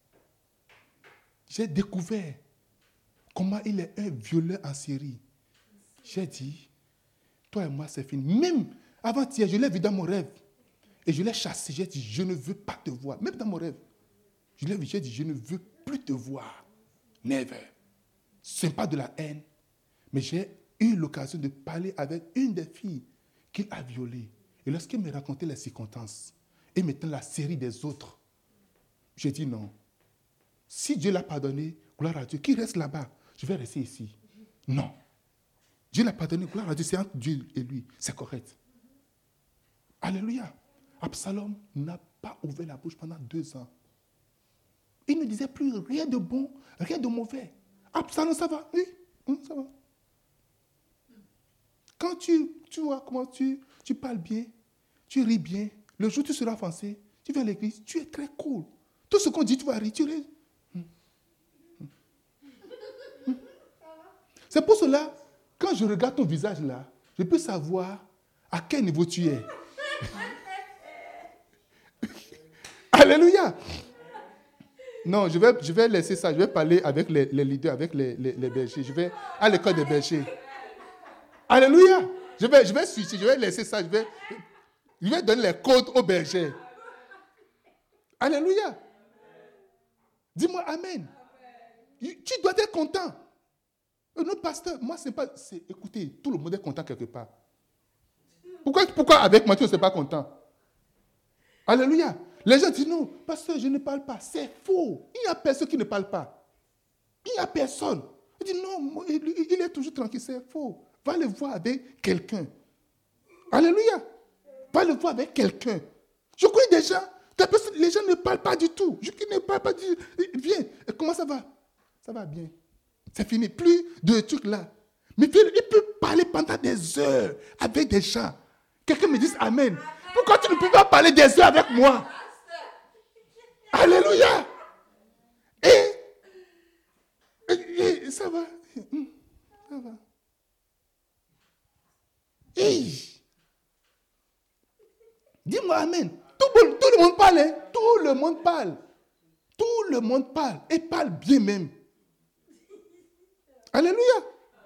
j'ai découvert comment il est un violeur en série. J'ai dit, toi et moi, c'est fini. Même avant-hier, je l'ai vu dans mon rêve. Et je l'ai chassé. J'ai dit, je ne veux pas te voir. Même dans mon rêve. Je l'ai vu, j'ai dit, je ne veux plus te voir. Never. Ce n'est pas de la haine. Mais j'ai eu l'occasion de parler avec une des filles qu'il a violées. Et lorsqu'elle me racontait les circonstances, et maintenant la série des autres, j'ai dit non. Si Dieu l'a pardonné, gloire à Dieu, qui reste là-bas? Je vais rester ici. Non. Dieu l'a pardonné, gloire à Dieu, c'est entre Dieu et lui. C'est correct. Alléluia. Absalom n'a pas ouvert la bouche pendant deux ans. Il ne disait plus rien de bon, rien de mauvais. Absalom, ça va? Oui, ça va. Quand tu, tu vois comment tu, tu parles bien, tu ris bien, le jour où tu seras offensé, tu viens à l'église, tu es très cool. Tout ce qu'on dit, tu vas rire, tu ris. C'est pour cela, quand je regarde ton visage là, je peux savoir à quel niveau tu es. Alléluia. Non, je vais, je vais laisser ça. Je vais parler avec les, les leaders, avec les, les, les bergers. Je vais à l'école des bergers. Alléluia. Je vais, je vais switcher, je vais laisser ça. Je vais, je vais donner les codes aux bergers. Alléluia. Dis-moi Amen. Tu dois être content. Non, pasteur, moi, c'est pas... C'est, écoutez, tout le monde est content quelque part. Pourquoi, pourquoi avec moi, tu ne sais pas content? Alléluia. Les gens disent, non, pasteur, je ne parle pas. C'est faux. Il n'y a personne qui ne parle pas. Il n'y a personne. Il dit, non, il, il est toujours tranquille. C'est faux. Va le voir avec quelqu'un. Alléluia. Va le voir avec quelqu'un. Je connais des gens, des personnes, les gens ne parlent pas du tout. Je ne parle pas du tout. Viens, comment ça va? Ça va bien. C'est fini. Plus de trucs là. Mais il peut parler pendant des heures avec des gens. Quelqu'un me dit Amen. Pourquoi tu ne peux pas parler des heures avec moi? Alléluia. Et, et, et ça va. Ça va. Et, dis-moi Amen. Tout, tout le monde parle. Hein? Tout le monde parle. Tout le monde parle. Et parle bien même. Alléluia.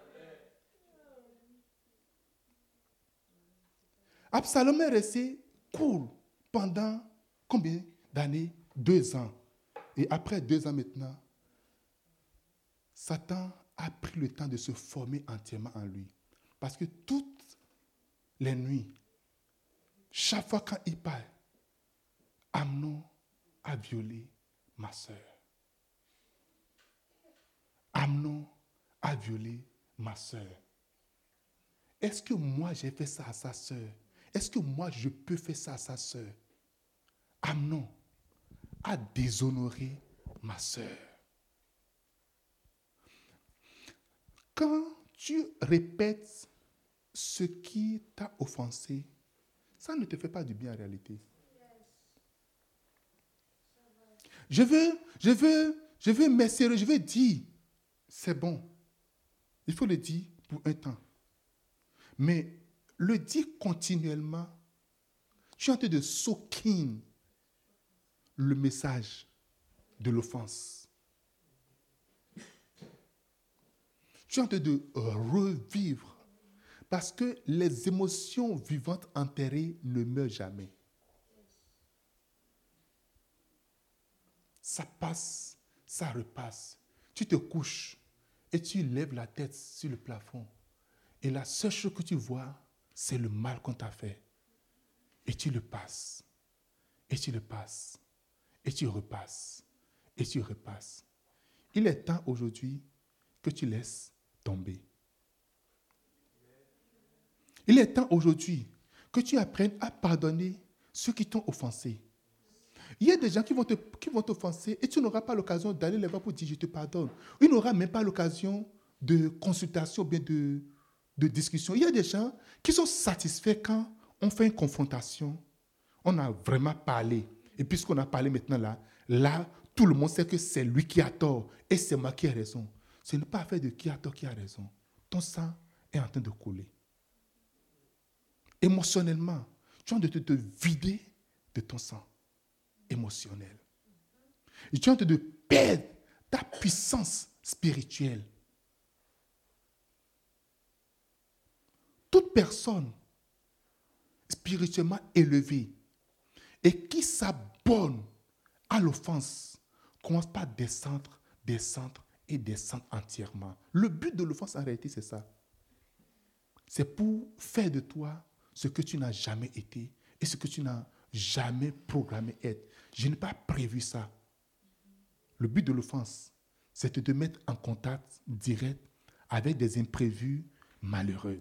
Absalom est resté cool pendant combien d'années? Deux ans. Et après deux ans maintenant, Satan a pris le temps de se former entièrement en lui. Parce que toutes les nuits, chaque fois quand il parle, Amnon a violé ma soeur. Amnon a violé ma soeur. Est-ce que moi j'ai fait ça à sa soeur? Est-ce que moi je peux faire ça à sa soeur? Amnon a déshonoré ma soeur. Quand tu répètes ce qui t'a offensé, ça ne te fait pas du bien en réalité. Je veux, je veux, je veux m'esserrer, je veux dire, c'est bon. Il faut le dire pour un temps. Mais le dire continuellement, tu es en train de soaker le message de l'offense. Tu es en train de revivre. Parce que les émotions vivantes enterrées ne meurent jamais. Ça passe, ça repasse. Tu te couches et tu lèves la tête sur le plafond. Et la seule chose que tu vois, c'est le mal qu'on t'a fait. Et tu le passes. Et tu le passes. Et tu repasses. Et tu repasses. Il est temps aujourd'hui que tu laisses tomber. Il est temps aujourd'hui que tu apprennes à pardonner ceux qui t'ont offensé. Il y a des gens qui vont, te, qui vont t'offenser et tu n'auras pas l'occasion d'aller les voir pour dire je te pardonne. Il n'aura même pas l'occasion de consultation ou bien de, de discussion. Il y a des gens qui sont satisfaits quand on fait une confrontation, on a vraiment parlé. Et puisqu'on a parlé maintenant là, là, tout le monde sait que c'est lui qui a tort et c'est moi qui ai raison. Ce n'est pas affaire de qui a tort, qui a raison. Ton sang est en train de couler. Émotionnellement, tu es en train de te vider de ton sang émotionnel. Et tu es en train de perdre ta puissance spirituelle. Toute personne spirituellement élevée et qui s'abonne à l'offense commence par descendre, descendre et descendre entièrement. Le but de l'offense, en réalité, c'est ça. C'est pour faire de toi ce que tu n'as jamais été et ce que tu n'as jamais programmé être. Je n'ai pas prévu ça. Le but de l'offense, c'est de te mettre en contact direct avec des imprévus malheureux.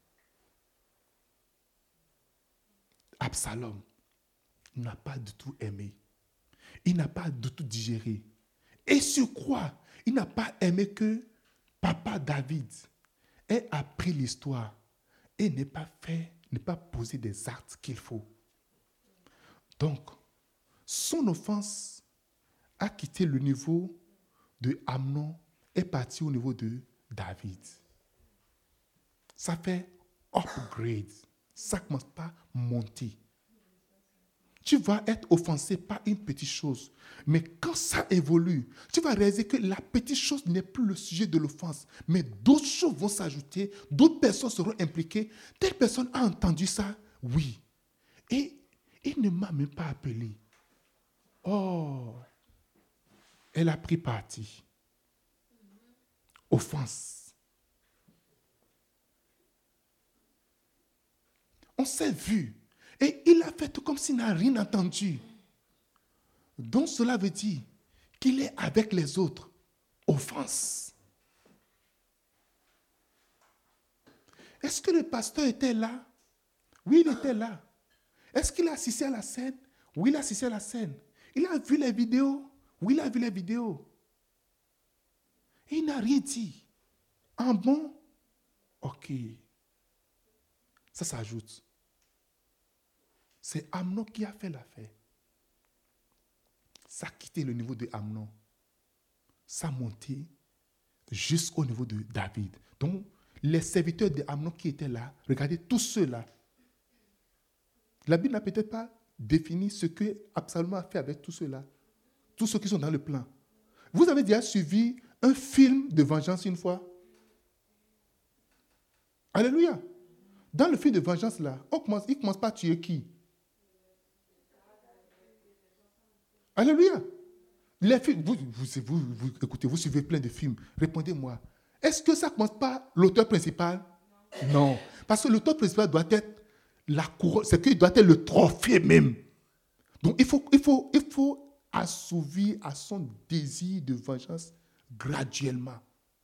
Absalom n'a pas du tout aimé. Il n'a pas du tout digéré. Et sur quoi il n'a pas aimé que papa David ait appris l'histoire et n'ait pas fait, n'ait pas posé des actes qu'il faut. Donc, son offense a quitté le niveau de Amnon et parti au niveau de David. Ça fait upgrade. Ça commence par monter. Tu vas être offensé par une petite chose. Mais quand ça évolue, tu vas réaliser que la petite chose n'est plus le sujet de l'offense. Mais d'autres choses vont s'ajouter, d'autres personnes seront impliquées. Telle personne a entendu ça, oui. Et il ne m'a même pas appelé. Oh, elle a pris parti. Offense. On s'est vu. Et il a fait tout comme s'il n'a rien entendu. Donc cela veut dire qu'il est avec les autres. Offense. Est-ce que le pasteur était là? Oui, il était là. Est-ce qu'il a assisté à la scène? Oui, il a assisté à la scène. Il a vu les vidéos? Oui, il a vu les vidéos. Et il n'a rien dit. En bon? Ok. Ça s'ajoute. C'est Amnon qui a fait l'affaire. Ça a quitté le niveau de Amnon. Ça a monté jusqu'au niveau de David. Donc, les serviteurs de Amnon qui étaient là, regardez tous ceux-là. La Bible n'a peut-être pas défini ce que Absalom a fait avec tous ceux-là. Tous ceux qui sont dans le plan. Vous avez déjà suivi un film de vengeance une fois? Alléluia. Dans le film de vengeance, là, on commence, il ne commence pas à tuer qui? Alléluia. Les films, vous, vous, vous, vous, écoutez, vous suivez plein de films. Répondez-moi. Est-ce que ça commence par l'auteur principal? Non. Non. Parce que l'auteur principal doit être la couronne, c'est qu'il doit être le trophée même. Donc il faut, il faut, il faut assouvir à son désir de vengeance graduellement.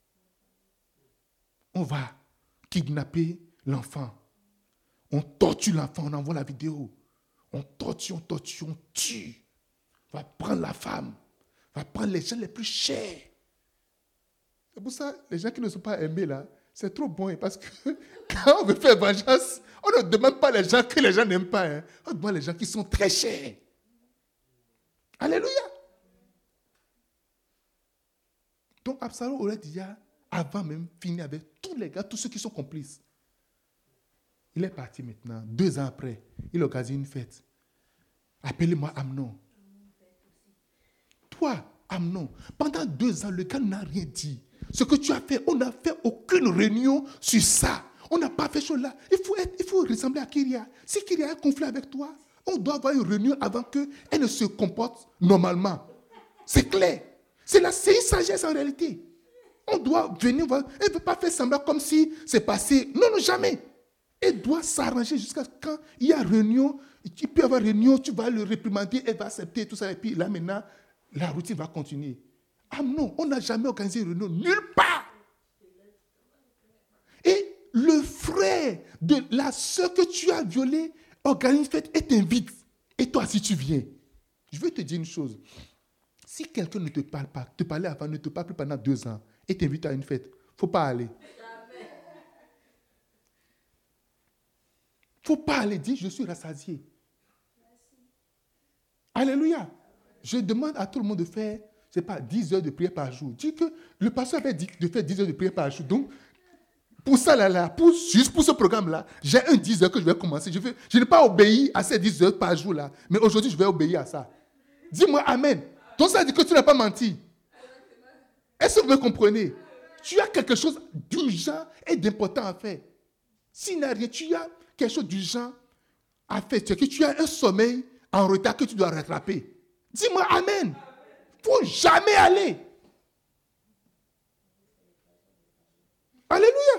On va kidnapper l'enfant. On torture l'enfant, on envoie la vidéo. On torture, on torture, on tue. On va prendre la femme. On va prendre les gens les plus chers. C'est pour ça, les gens qui ne sont pas aimés là, c'est trop bon. Parce que quand on veut faire vengeance, on ne demande pas les gens que les gens n'aiment pas. Hein. On demande les gens qui sont très chers. Alléluia. Donc Absalom aurait déjà, avant même, fini avec tous les gars, tous ceux qui sont complices. Il est parti maintenant, deux ans après. Il organise une fête. Appelez-moi Amnon. Toi, Amnon, pendant deux ans, le gars n'a rien dit. Ce que tu as fait, on n'a fait aucune réunion sur ça. On n'a pas fait chose là. Il faut, être, il faut ressembler à Kyria. Si Kyria a un conflit avec toi, on doit avoir une réunion avant qu'elle ne se comporte normalement. C'est clair. C'est, la, c'est une sagesse en réalité. On doit venir voir. Elle ne peut pas faire semblant comme si c'est passé. Non, non, jamais. Elle doit s'arranger jusqu'à quand il y a réunion. Il peut y avoir réunion, tu vas le réprimander, elle va accepter tout ça. Et puis là maintenant, la routine va continuer. Ah non, on n'a jamais organisé une réunion nulle part. Et le frère de la soeur que tu as violée organise une fête et t'invite. Et toi, si tu viens, je vais te dire une chose. Si quelqu'un ne te parle pas, te parlait avant, ne te parle plus pendant deux ans et t'invite à une fête, il ne faut pas aller. Il ne faut pas aller dire je suis rassasié. Alléluia. Je demande à tout le monde de faire, je ne sais pas, dix heures de prière par jour. Dis que le pasteur avait dit de faire dix heures de prière par jour. Donc, pour ça, là, là, pour, juste pour ce programme-là, j'ai un dix heures que je vais commencer. Je, vais, je n'ai pas obéi à ces dix heures par jour-là. Mais aujourd'hui, je vais obéir à ça. Dis-moi Amen. Donc, ça dit que tu n'as pas menti. Est-ce que vous me comprenez? Tu as quelque chose d'urgent et d'important à faire. S'il n'y a rien, tu as quelque chose d'urgent à faire. Tu as un sommeil en retard que tu dois rattraper. Dis-moi Amen. faut jamais aller. Alléluia.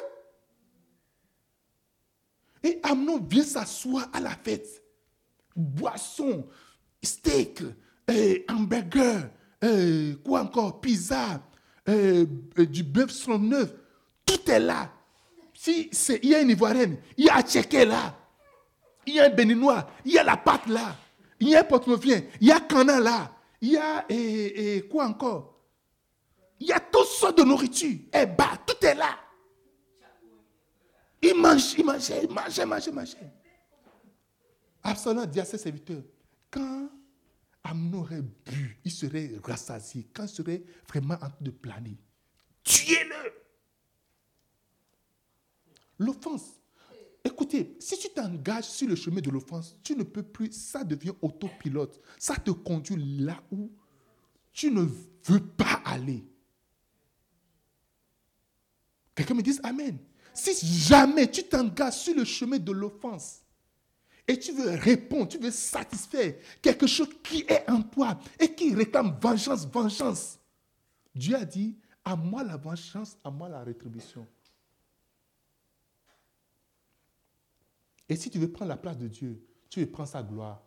Et Amnon vient s'asseoir à la fête. Boisson, steak, euh, hamburger, euh, quoi encore, pizza, euh, euh, du bœuf soixante-neuf. Tout est là. Si c'est, il y a une Ivoirienne, il y a un Tchéquais là. Il y a un Béninois, il y a la pâte là. Il y a un Porto-Novien, il y a Cana là. Il y a et, et, quoi encore? Il y a toutes sortes de nourriture. Eh bah, tout est là. Il mange, il mangeait, il mangeait, il mangeait, il mangeait. Absalom dit à ses serviteurs, quand Amnon aurait bu, il serait rassasié, quand il serait vraiment en train de planer, tuez-le. L'offense. Écoutez, si tu t'engages sur le chemin de l'offense, tu ne peux plus, ça devient autopilote. Ça te conduit là où tu ne veux pas aller. Quelqu'un me dise Amen. Si jamais tu t'engages sur le chemin de l'offense et tu veux répondre, tu veux satisfaire quelque chose qui est en toi et qui réclame vengeance, vengeance, Dieu a dit, à moi la vengeance, à moi la rétribution. Et si tu veux prendre la place de Dieu, tu veux prendre sa gloire.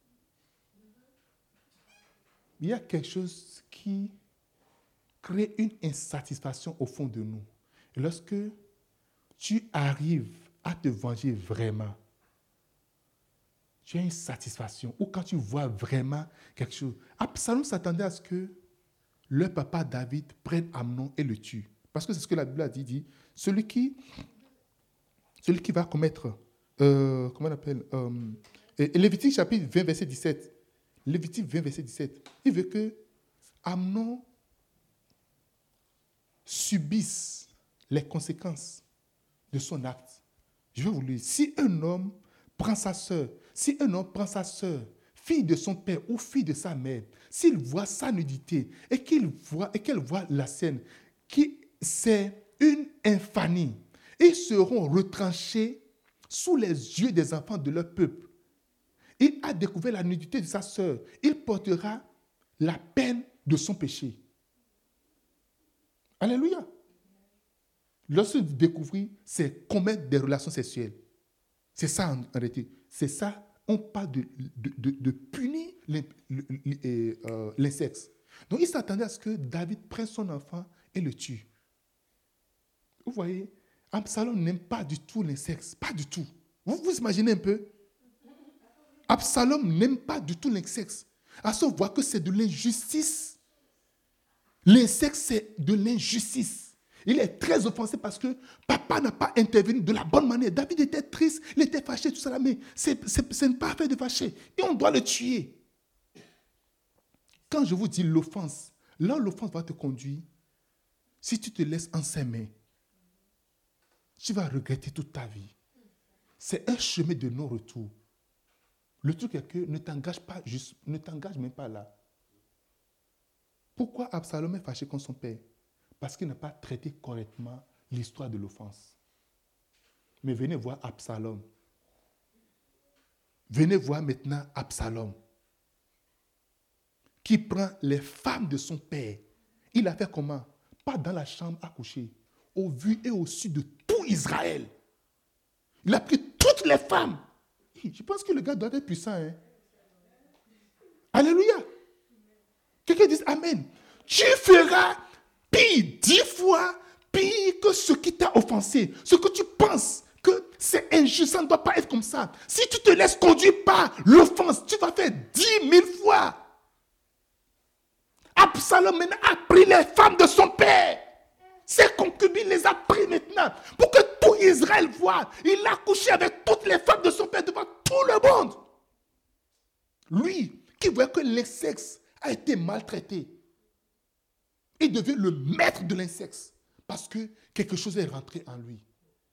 Il y a quelque chose qui crée une insatisfaction au fond de nous. Et lorsque tu arrives à te venger vraiment, tu as une satisfaction. Ou quand tu vois vraiment quelque chose. Absalom s'attendait à ce que le papa David prenne Amnon et le tue. Parce que c'est ce que la Bible a dit, dit celui qui, celui qui va commettre, euh, comment on appelle, euh, Lévitique chapitre vingt, verset dix-sept. Lévitique vingt, verset dix-sept. Il veut que Amnon subisse les conséquences de son acte. Je vais vous le dire. Si un homme prend sa sœur, si un homme prend sa sœur, fille de son père ou fille de sa mère, s'il voit sa nudité et qu'il voit et qu'elle voit la scène, qui c'est une infamie, ils seront retranchés sous les yeux des enfants de leur peuple. Il a découvert la nudité de sa sœur. Il portera la peine de son péché. Alléluia. Lorsque vous découvrez, c'est commettre des relations sexuelles. C'est ça en réalité. C'est ça, on parle de, de, de, de punir l'insexe. Donc il s'attendait à ce que David prenne son enfant et le tue. Vous voyez, Absalom n'aime pas du tout l'insexe. Pas du tout. Vous vous imaginez un peu? Absalom n'aime pas du tout l'insexe. À ce qu'on voit que c'est de l'injustice. L'insexe, c'est de l'injustice. Il est très offensé parce que papa n'a pas intervenu de la bonne manière. David était triste, il était fâché, tout ça, mais c'est, c'est, c'est pas fait de fâcher. Et on doit le tuer. Quand je vous dis l'offense, là l'offense va te conduire, si tu te laisses enseimer, tu vas regretter toute ta vie. C'est un chemin de non-retour. Le truc est que ne t'engage pas juste, ne t'engage même pas là. Pourquoi Absalom est fâché contre son père? Parce qu'il n'a pas traité correctement l'histoire de l'offense. Mais venez voir Absalom. Venez voir maintenant Absalom, qui prend les femmes de son père. Il a fait comment? Pas dans la chambre à coucher, au vu et au su de tout Israël. Il a pris toutes les femmes. Je pense que le gars doit être puissant. Hein? Alléluia. Quelqu'un dit Amen. Tu feras pire, dix fois pire que ce qui t'a offensé. Ce que tu penses que c'est injuste, ça ne doit pas être comme ça. Si tu te laisses conduire par l'offense, tu vas faire dix mille fois. Absalom maintenant a pris les femmes de son père. Ses concubines les a pris maintenant. Pour que tout Israël voit. Il a couché avec toutes les femmes de son père devant tout le monde. Lui, qui voit que l'insexe a été maltraité, il devient le maître de l'insexe. Parce que quelque chose est rentré en lui.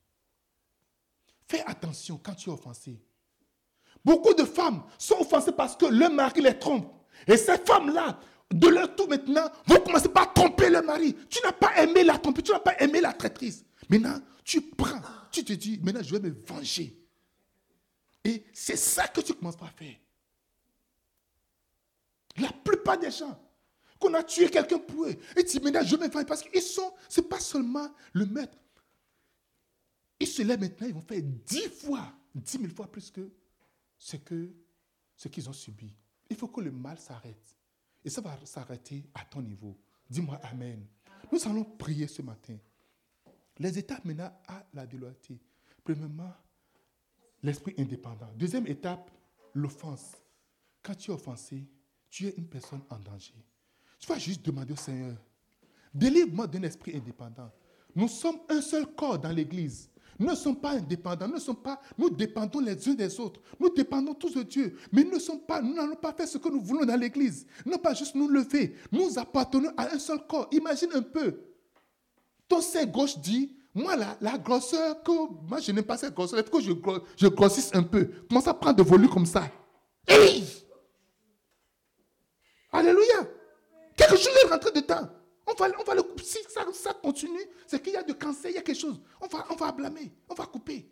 Fais attention quand tu es offensé. Beaucoup de femmes sont offensées parce que le mari les trompe. Et ces femmes-là, de leur tour maintenant, vont commencer par tromper le mari. Tu n'as pas aimé la tromper, tu n'as pas aimé la traîtrise. Maintenant, tu prends, tu te dis, maintenant je vais me venger. Et c'est ça que tu commences par faire. La plupart des gens, qu'on a tué quelqu'un pour eux. Et tu dis, maintenant, je me venge parce qu'ils sont, ce n'est pas seulement le maître. Ils se lèvent maintenant, ils vont faire dix fois, dix mille fois plus que ce, que ce qu'ils ont subi. Il faut que le mal s'arrête. Et ça va s'arrêter à ton niveau. Dis-moi Amen. Nous allons prier ce matin. Les étapes maintenant à la déloyauté. Premièrement, l'esprit indépendant. Deuxième étape, l'offense. Quand tu es offensé, tu es une personne en danger. Tu vas juste demander au Seigneur, délivre-moi d'un esprit indépendant. Nous sommes un seul corps dans l'Église. Nous ne sommes pas indépendants, nous ne sommes pas, nous dépendons les uns des autres. Nous dépendons tous de Dieu. Mais nous ne sommes pas, nous n'allons pas faire ce que nous voulons dans l'Église. Non pas juste nous lever. Nous appartenons à un seul corps. Imagine un peu. Ton sein gauche dit, moi là, la grosseur que, moi je n'aime pas cette grosseur, il faut que je, je grossisse un peu. Commence à prendre de volume comme ça. Hey! Alléluia. Quelque chose est rentré dedans. On va, on va le couper. Si ça, ça continue, c'est qu'il y a de cancer, il y a quelque chose. On va, on va blâmer, on va couper.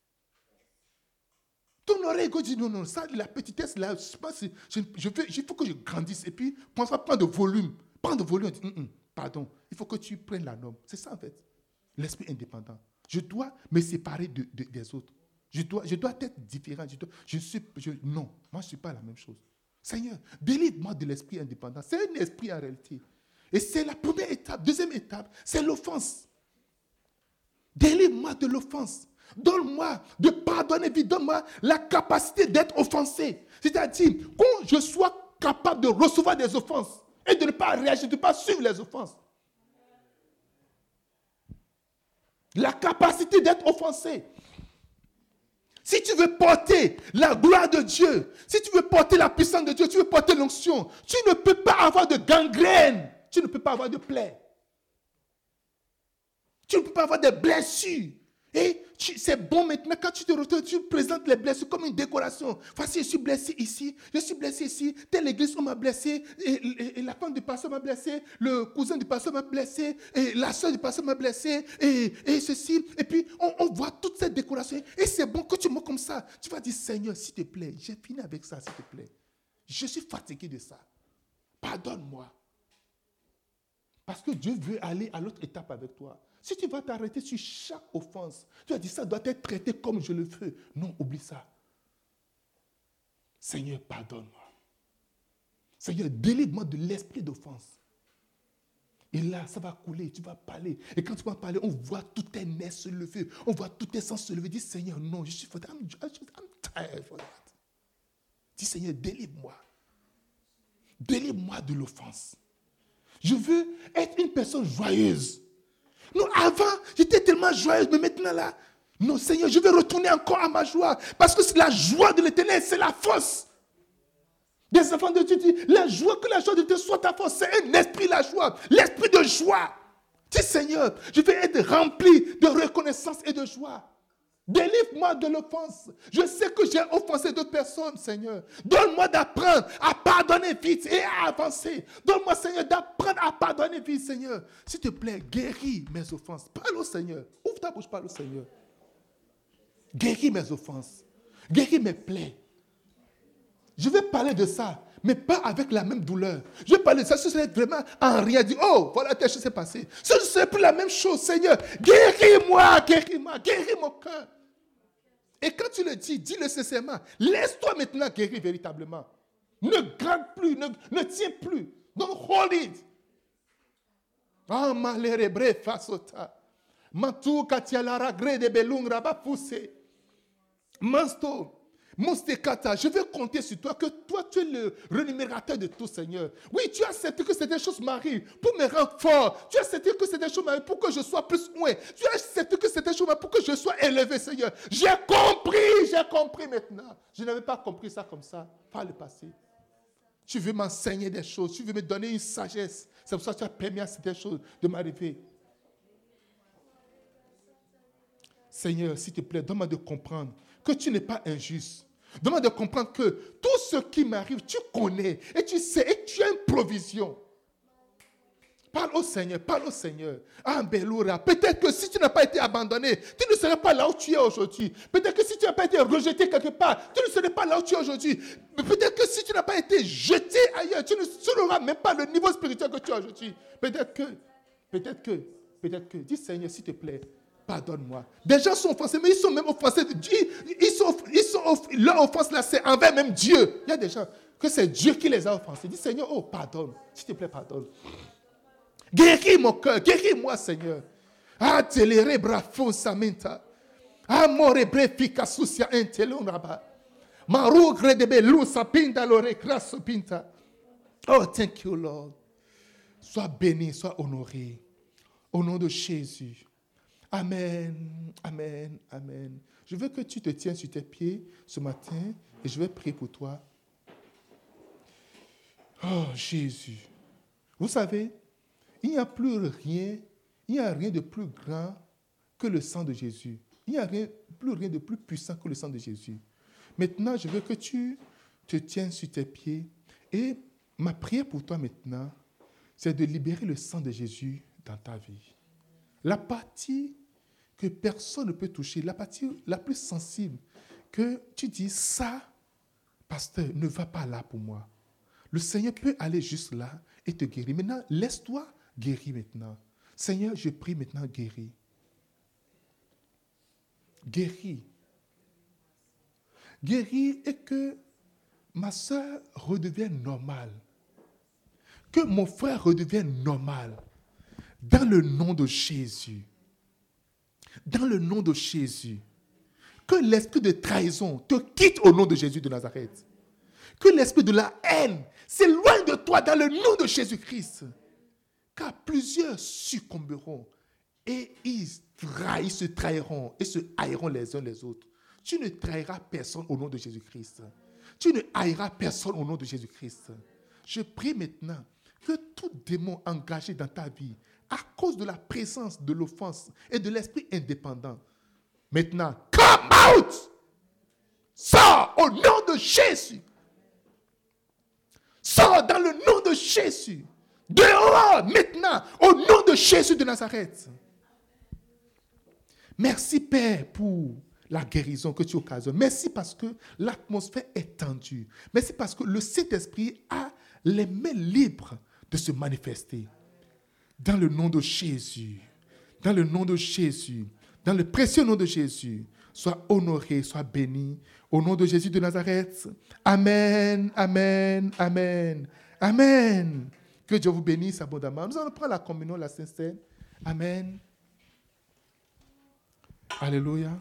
Ton oreille gauche dit non, non, ça, la petitesse là, je pense, je, je veux, il faut que je grandisse. Et puis, pense à prendre de volume. Prendre de volume, on dit, mm, mm, pardon, il faut que tu prennes la norme. C'est ça en fait, l'esprit indépendant. Je dois me séparer de, de, des autres. Je dois, je dois être différent. Je dois, je suis, je, non, moi je ne suis pas la même chose. Seigneur, délivre-moi de l'esprit indépendant. C'est un esprit en réalité. Et c'est la première étape. Deuxième étape, c'est l'offense. Délivre-moi de l'offense. Donne-moi de pardonner vite. Donne-moi la capacité d'être offensé. C'est-à-dire, quand je sois capable de recevoir des offenses et de ne pas réagir, de ne pas suivre les offenses. La capacité d'être offensé. Si tu veux porter la gloire de Dieu, si tu veux porter la puissance de Dieu, tu veux porter l'onction, tu ne peux pas avoir de gangrène. Tu ne peux pas avoir de plaies. Tu ne peux pas avoir de blessures. Et tu, c'est bon maintenant, quand tu te retrouves, tu présentes les blessures comme une décoration. Voici, je suis blessé ici, je suis blessé ici, telle église, on m'a blessé, et, et, et la femme du pasteur m'a blessé, le cousin du pasteur m'a blessé, et la soeur du pasteur m'a blessé, et, et ceci. Et puis, on, on voit toute cette décoration. Et c'est bon que tu me comme ça. Tu vas dire, Seigneur, s'il te plaît, j'ai fini avec ça, s'il te plaît. Je suis fatigué de ça. Pardonne-moi. Parce que Dieu veut aller à l'autre étape avec toi. Si tu vas t'arrêter sur chaque offense, tu vas dire ça doit être traité comme je le veux. Non, oublie ça. Seigneur, pardonne-moi. Seigneur, délivre-moi de l'esprit d'offense. Et là, ça va couler, tu vas parler. Et quand tu vas parler, on voit tout tes nerfs se lever. On voit tout tes sens se lever. Dis, Seigneur, non, je suis fatigué. I'm, I'm tired for that. Dis, Seigneur, délivre-moi. Délivre-moi de l'offense. Je veux être une personne joyeuse. Non, avant, j'étais tellement joyeuse, mais maintenant là, non, Seigneur, je vais retourner encore à ma joie. Parce que c'est la joie de l'Éternel, c'est la force. Des enfants de Dieu disent, la joie, que la joie de Dieu soit ta force. C'est un esprit, la joie. L'esprit de joie. Dis, Seigneur, je vais être rempli de reconnaissance et de joie. Délivre-moi de l'offense. Je sais que j'ai offensé d'autres personnes, Seigneur. Donne-moi d'apprendre à pardonner vite et à avancer. Donne-moi, Seigneur, d'apprendre à pardonner vite, Seigneur. S'il te plaît, guéris mes offenses. Parle au Seigneur. Ouvre ta bouche, parle au Seigneur. Guéris mes offenses. Guéris mes plaies. Je vais parler de ça, mais pas avec la même douleur. Je vais parler de ça, ce serait vraiment en rien. Dire, oh, voilà, telle chose s'est passée. Ce serait plus la même chose, Seigneur. Guéris-moi, guéris-moi, guéris mon cœur. Et quand tu le dis, dis-le sincèrement. Laisse-toi maintenant guérir véritablement. Ne garde plus, ne, ne tiens plus. Don't hold it. Ah, malheureux, fasota. Mantou katialara gre de belungra ba poussé. Mansto. Monstekata, je vais compter sur toi que toi tu es le rémunérateur de tout, Seigneur. Oui, tu as accepté que ces choses m'arrivent pour me rendre fort. Tu as accepté que ces choses m'arrivent pour que je sois plus loin. Tu as accepté que ces choses m'arrivent pour que je sois élevé, Seigneur. J'ai compris, j'ai compris maintenant. Je n'avais pas compris ça comme ça par le passé. Tu veux m'enseigner des choses, tu veux me donner une sagesse. C'est pour ça que tu as permis à ces choses de m'arriver. Seigneur, s'il te plaît, donne-moi de comprendre que tu n'es pas injuste. Donne-moi de comprendre que tout ce qui m'arrive, tu connais et tu sais et tu as une provision. Parle au Seigneur, parle au Seigneur. Ah, Beloura, peut-être que si tu n'as pas été abandonné, tu ne serais pas là où tu es aujourd'hui. Peut-être que si tu n'as pas été rejeté quelque part, tu ne serais pas là où tu es aujourd'hui. Peut-être que si tu n'as pas été jeté ailleurs, tu ne n'auras même pas le niveau spirituel que tu as aujourd'hui. Peut-être que, peut-être que, peut-être que, dis Seigneur, s'il te plaît, pardonne-moi. Des gens sont offensés, mais ils sont même offensés. Ils, ils sont, ils sont, leur offense là, c'est envers même Dieu. Il y a des gens que c'est Dieu qui les a offensés. Dis Seigneur, oh, pardonne. S'il te plaît, pardonne. Guéris mon cœur, guéris-moi, Seigneur. Ah, telere brafo samenta. Ah, more brefika susia entelon raba. Maru gredebe lu sapinda lore kraso pinta. Oh, thank you, Lord. Sois béni, sois honoré. Au nom de Jésus. Amen, amen, amen. Je veux que tu te tiennes sur tes pieds ce matin et je vais prier pour toi. Oh, Jésus. Vous savez, il n'y a plus rien, il n'y a rien de plus grand que le sang de Jésus. Il n'y a rien, plus rien de plus puissant que le sang de Jésus. Maintenant, je veux que tu te tiennes sur tes pieds. Et ma prière pour toi maintenant, c'est de libérer le sang de Jésus dans ta vie. La partie que personne ne peut toucher, la partie la plus sensible, que tu dis, ça, pasteur, ne va pas là pour moi. Le Seigneur peut aller juste là et te guérir. Maintenant, laisse-toi guérir maintenant. Seigneur, je prie maintenant, guéris. Guéris. Guéris et que ma soeur redevienne normale. Que mon frère redevienne normal. Dans le nom de Jésus. Dans le nom de Jésus. Que l'esprit de trahison te quitte au nom de Jésus de Nazareth. Que l'esprit de la haine s'éloigne de toi dans le nom de Jésus-Christ. Car plusieurs succomberont et ils, trahissent, ils se trahiront et se haïront les uns les autres. Tu ne trahiras personne au nom de Jésus-Christ. Tu ne haïras personne au nom de Jésus-Christ. Je prie maintenant que tout démon engagé dans ta vie, à cause de la présence de l'offense et de l'esprit indépendant, maintenant, come out! Sors au nom de Jésus! Sors dans le nom de Jésus! Dehors maintenant, au nom de Jésus de Nazareth. Merci Père pour la guérison que tu occasionnes. Merci parce que l'atmosphère est tendue. Merci parce que le Saint-Esprit a les mains libres de se manifester. Dans le nom de Jésus, dans le nom de Jésus, dans le précieux nom de Jésus, sois honoré, sois béni. Au nom de Jésus de Nazareth. Amen, amen, amen, amen. Que Dieu vous bénisse abondamment. Nous allons prendre la communion, la Sainte Seine. Amen. Alléluia.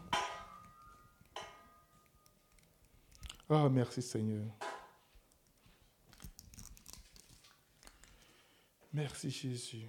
Oh, merci Seigneur. Merci Jésus.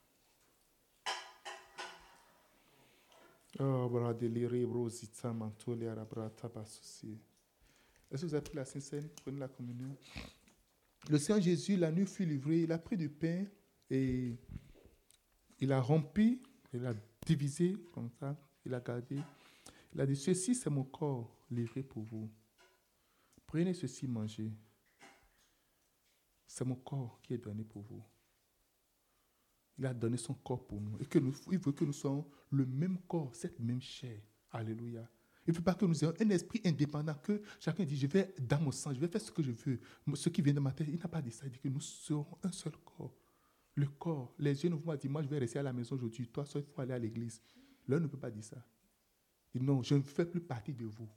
Oh, bra déliré, brosita, mantoli, arabrata, bassoci. Est-ce que vous avez pris la Sainte Seine? Prenez la communion. Le Seigneur Jésus, la nuit fut livrée, il a pris du pain et il a rompu, il a divisé comme ça, il a gardé. Il a dit, ceci c'est mon corps livré pour vous. Prenez ceci, mangez. C'est mon corps qui est donné pour vous. Il a donné son corps pour nous. Et que nous, il veut que nous soyons le même corps, cette même chair. Alléluia. Il ne veut pas que nous ayons un esprit indépendant, que chacun dit, je vais dans mon sang, je vais faire ce que je veux. Ce qui vient de ma tête, il n'a pas dit ça. Il dit que nous serons un seul corps. Le corps, les yeux ne vont pas dire, moi je vais rester à la maison aujourd'hui, toi seul, il faut aller à l'église. L'un ne peut pas dire ça. Il dit, non, je ne fais plus partie de vous.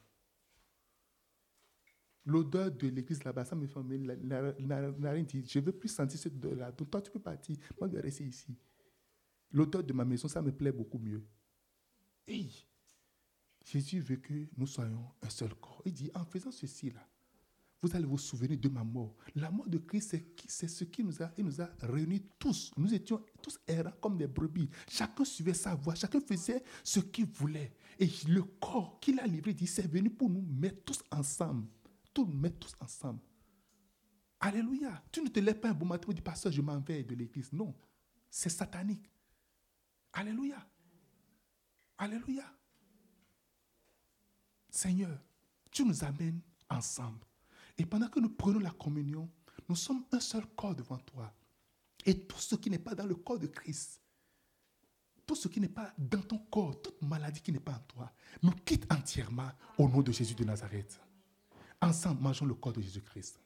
L'odeur de l'église là-bas, ça me fait n'a rien dit. Je ne veux plus sentir cette odeur-là. Donc toi, tu peux partir. Moi, je vais rester ici. L'odeur de ma maison, ça me plaît beaucoup mieux. Hey, Jésus veut que nous soyons un seul corps. Il dit, en faisant ceci-là, vous allez vous souvenir de ma mort. La mort de Christ, c'est, c'est ce qui nous a, il nous a réunis tous. Nous étions tous errants comme des brebis. Chacun suivait sa voie. Chacun faisait ce qu'il voulait. Et le corps qu'il a livré, il dit, c'est venu pour nous mettre tous ensemble. Tout nous mettre tous ensemble. Alléluia. Tu ne te lèves pas un bon matin et dis, pasteur, je m'en vais de l'église. Non. C'est satanique. Alléluia. Alléluia. Seigneur, tu nous amènes ensemble. Et pendant que nous prenons la communion, nous sommes un seul corps devant toi. Et tout ce qui n'est pas dans le corps de Christ, tout ce qui n'est pas dans ton corps, toute maladie qui n'est pas en toi, nous quitte entièrement au nom de Jésus de Nazareth. Ensemble, mangeons le corps de Jésus-Christ.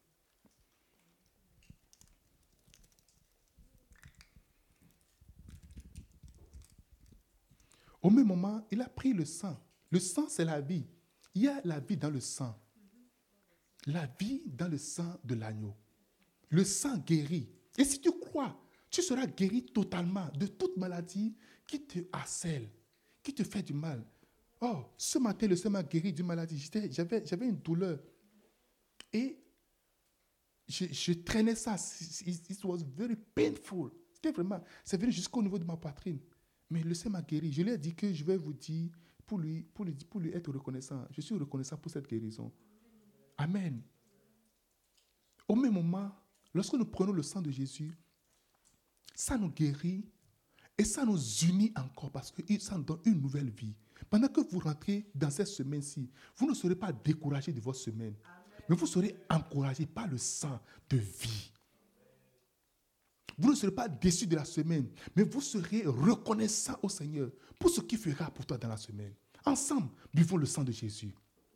Au même moment, il a pris le sang. Le sang, c'est la vie. Il y a la vie dans le sang. La vie dans le sang de l'agneau. Le sang guérit. Et si tu crois, tu seras guéri totalement de toute maladie qui te harcèle, qui te fait du mal. Oh, ce matin, le Seigneur m'a guéri d'une maladie. J'étais, j'avais, j'avais une douleur. Et je, je traînais ça. It was very painful. C'était vraiment, c'est venu jusqu'au niveau de ma poitrine. Mais le Seigneur m'a guéri. Je lui ai dit que je vais vous dire, pour lui, pour lui, pour lui être reconnaissant. Je suis reconnaissant pour cette guérison. Amen. Au même moment, lorsque nous prenons le sang de Jésus, ça nous guérit et ça nous unit encore parce que ça nous donne une nouvelle vie. Pendant que vous rentrez dans cette semaine-ci, vous ne serez pas découragés de votre semaine, mais vous serez encouragés par le sang de vie. Vous ne serez pas déçus de la semaine, mais vous serez reconnaissants au Seigneur pour ce qu'il fera pour toi dans la semaine. Ensemble, buvons le sang de Jésus.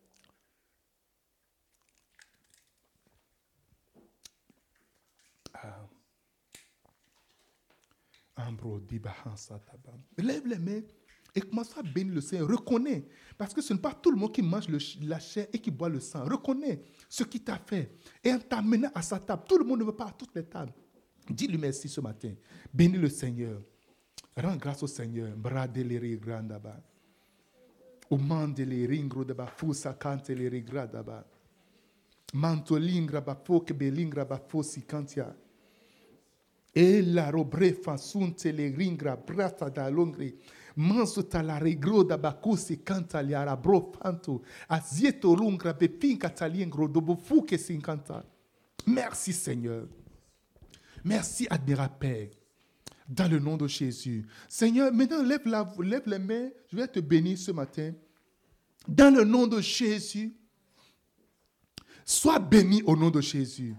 Lève les mains et commence à bénir le Seigneur. Reconnais, parce que ce n'est pas tout le monde qui mange le, la chair et qui boit le sang. Reconnais ce qu'il t'a fait. Et en t'amenant à sa table, tout le monde ne veut pas à toutes les tables. Dis-lui merci ce matin. Bénis le Seigneur. Rends grâce au Seigneur. Bradeleri grandaba. Umandeli ringro daba fusa kanteli gradaba. Mantolingra ba foke belingra ba fosi kantia. E la robre fasunte le ringra brata da longri. Manso talare groda bakusi canta liara bro fanto. Azieto lungra bepinka taliengro dobo fuke sinkanta. Merci Seigneur. Merci admirable Père. Dans le nom de Jésus. Seigneur, maintenant lève, la, lève les mains. Je vais te bénir ce matin. Dans le nom de Jésus. Sois béni au nom de Jésus.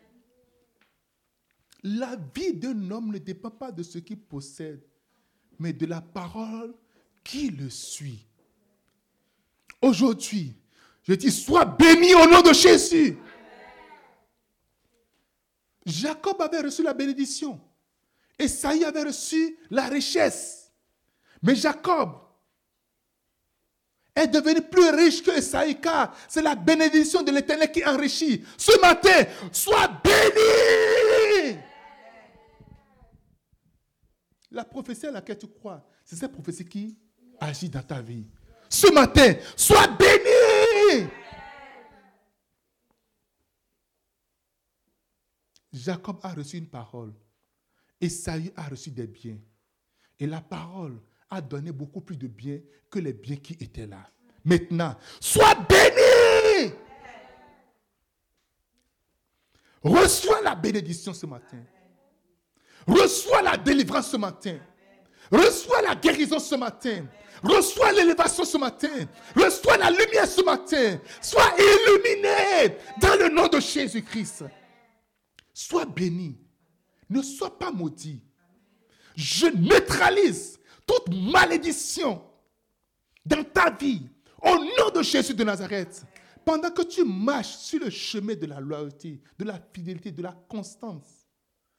La vie d'un homme ne dépend pas de ce qu'il possède, mais de la parole qui le suit. Aujourd'hui, je dis, sois béni au nom de Jésus. Jacob avait reçu la bénédiction. Esaïe avait reçu la richesse. Mais Jacob est devenu plus riche que Esaïe, car c'est la bénédiction de l'Éternel qui enrichit. Ce matin, sois béni. La prophétie à laquelle tu crois, c'est cette prophétie qui agit dans ta vie. Ce matin, sois béni. Jacob a reçu une parole. Esaïe a reçu des biens. Et la parole a donné beaucoup plus de biens que les biens qui étaient là. Maintenant, sois béni. Reçois la bénédiction ce matin. Reçois la délivrance ce matin. Reçois la guérison ce matin. Reçois l'élévation ce matin. Reçois la lumière ce matin. Sois illuminé dans le nom de Jésus-Christ. Sois béni. Ne sois pas maudit. Je neutralise toute malédiction dans ta vie au nom de Jésus de Nazareth. Pendant que tu marches sur le chemin de la loyauté, de la fidélité, de la constance,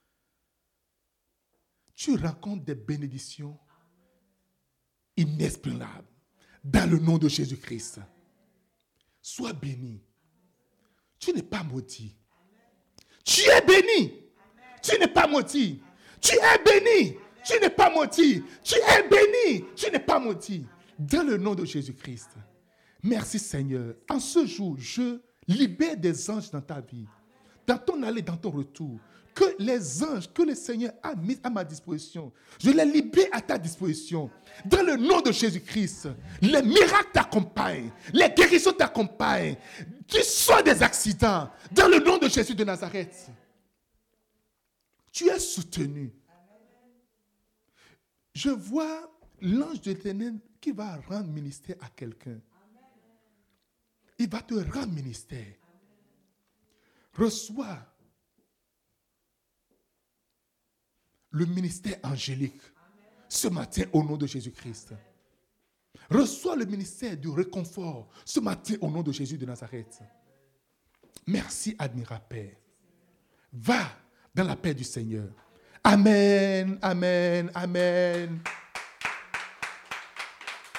tu rencontres des bénédictions inexprimables dans le nom de Jésus-Christ. Sois béni. Tu n'es pas maudit. Tu es béni. Tu n'es pas maudit. Tu es béni. Tu n'es pas maudit. Tu es béni. Tu n'es pas maudit. Dans le nom de Jésus-Christ. Merci Seigneur. En ce jour, je libère des anges dans ta vie. Dans ton aller, dans ton retour. Que les anges que le Seigneur a mis à ma disposition, je les libère à ta disposition. Dans le nom de Jésus-Christ, les miracles t'accompagnent, les guérisons t'accompagnent. Tu sors des accidents. Dans le nom de Jésus de Nazareth, tu es soutenu. Je vois l'ange de l'Éternel qui va rendre ministère à quelqu'un. Il va te rendre ministère. Reçois le ministère angélique ce matin au nom de Jésus-Christ. Reçois le ministère du réconfort ce matin au nom de Jésus de Nazareth. Merci, admirable Père. Va dans la paix du Seigneur. Amen, amen, amen.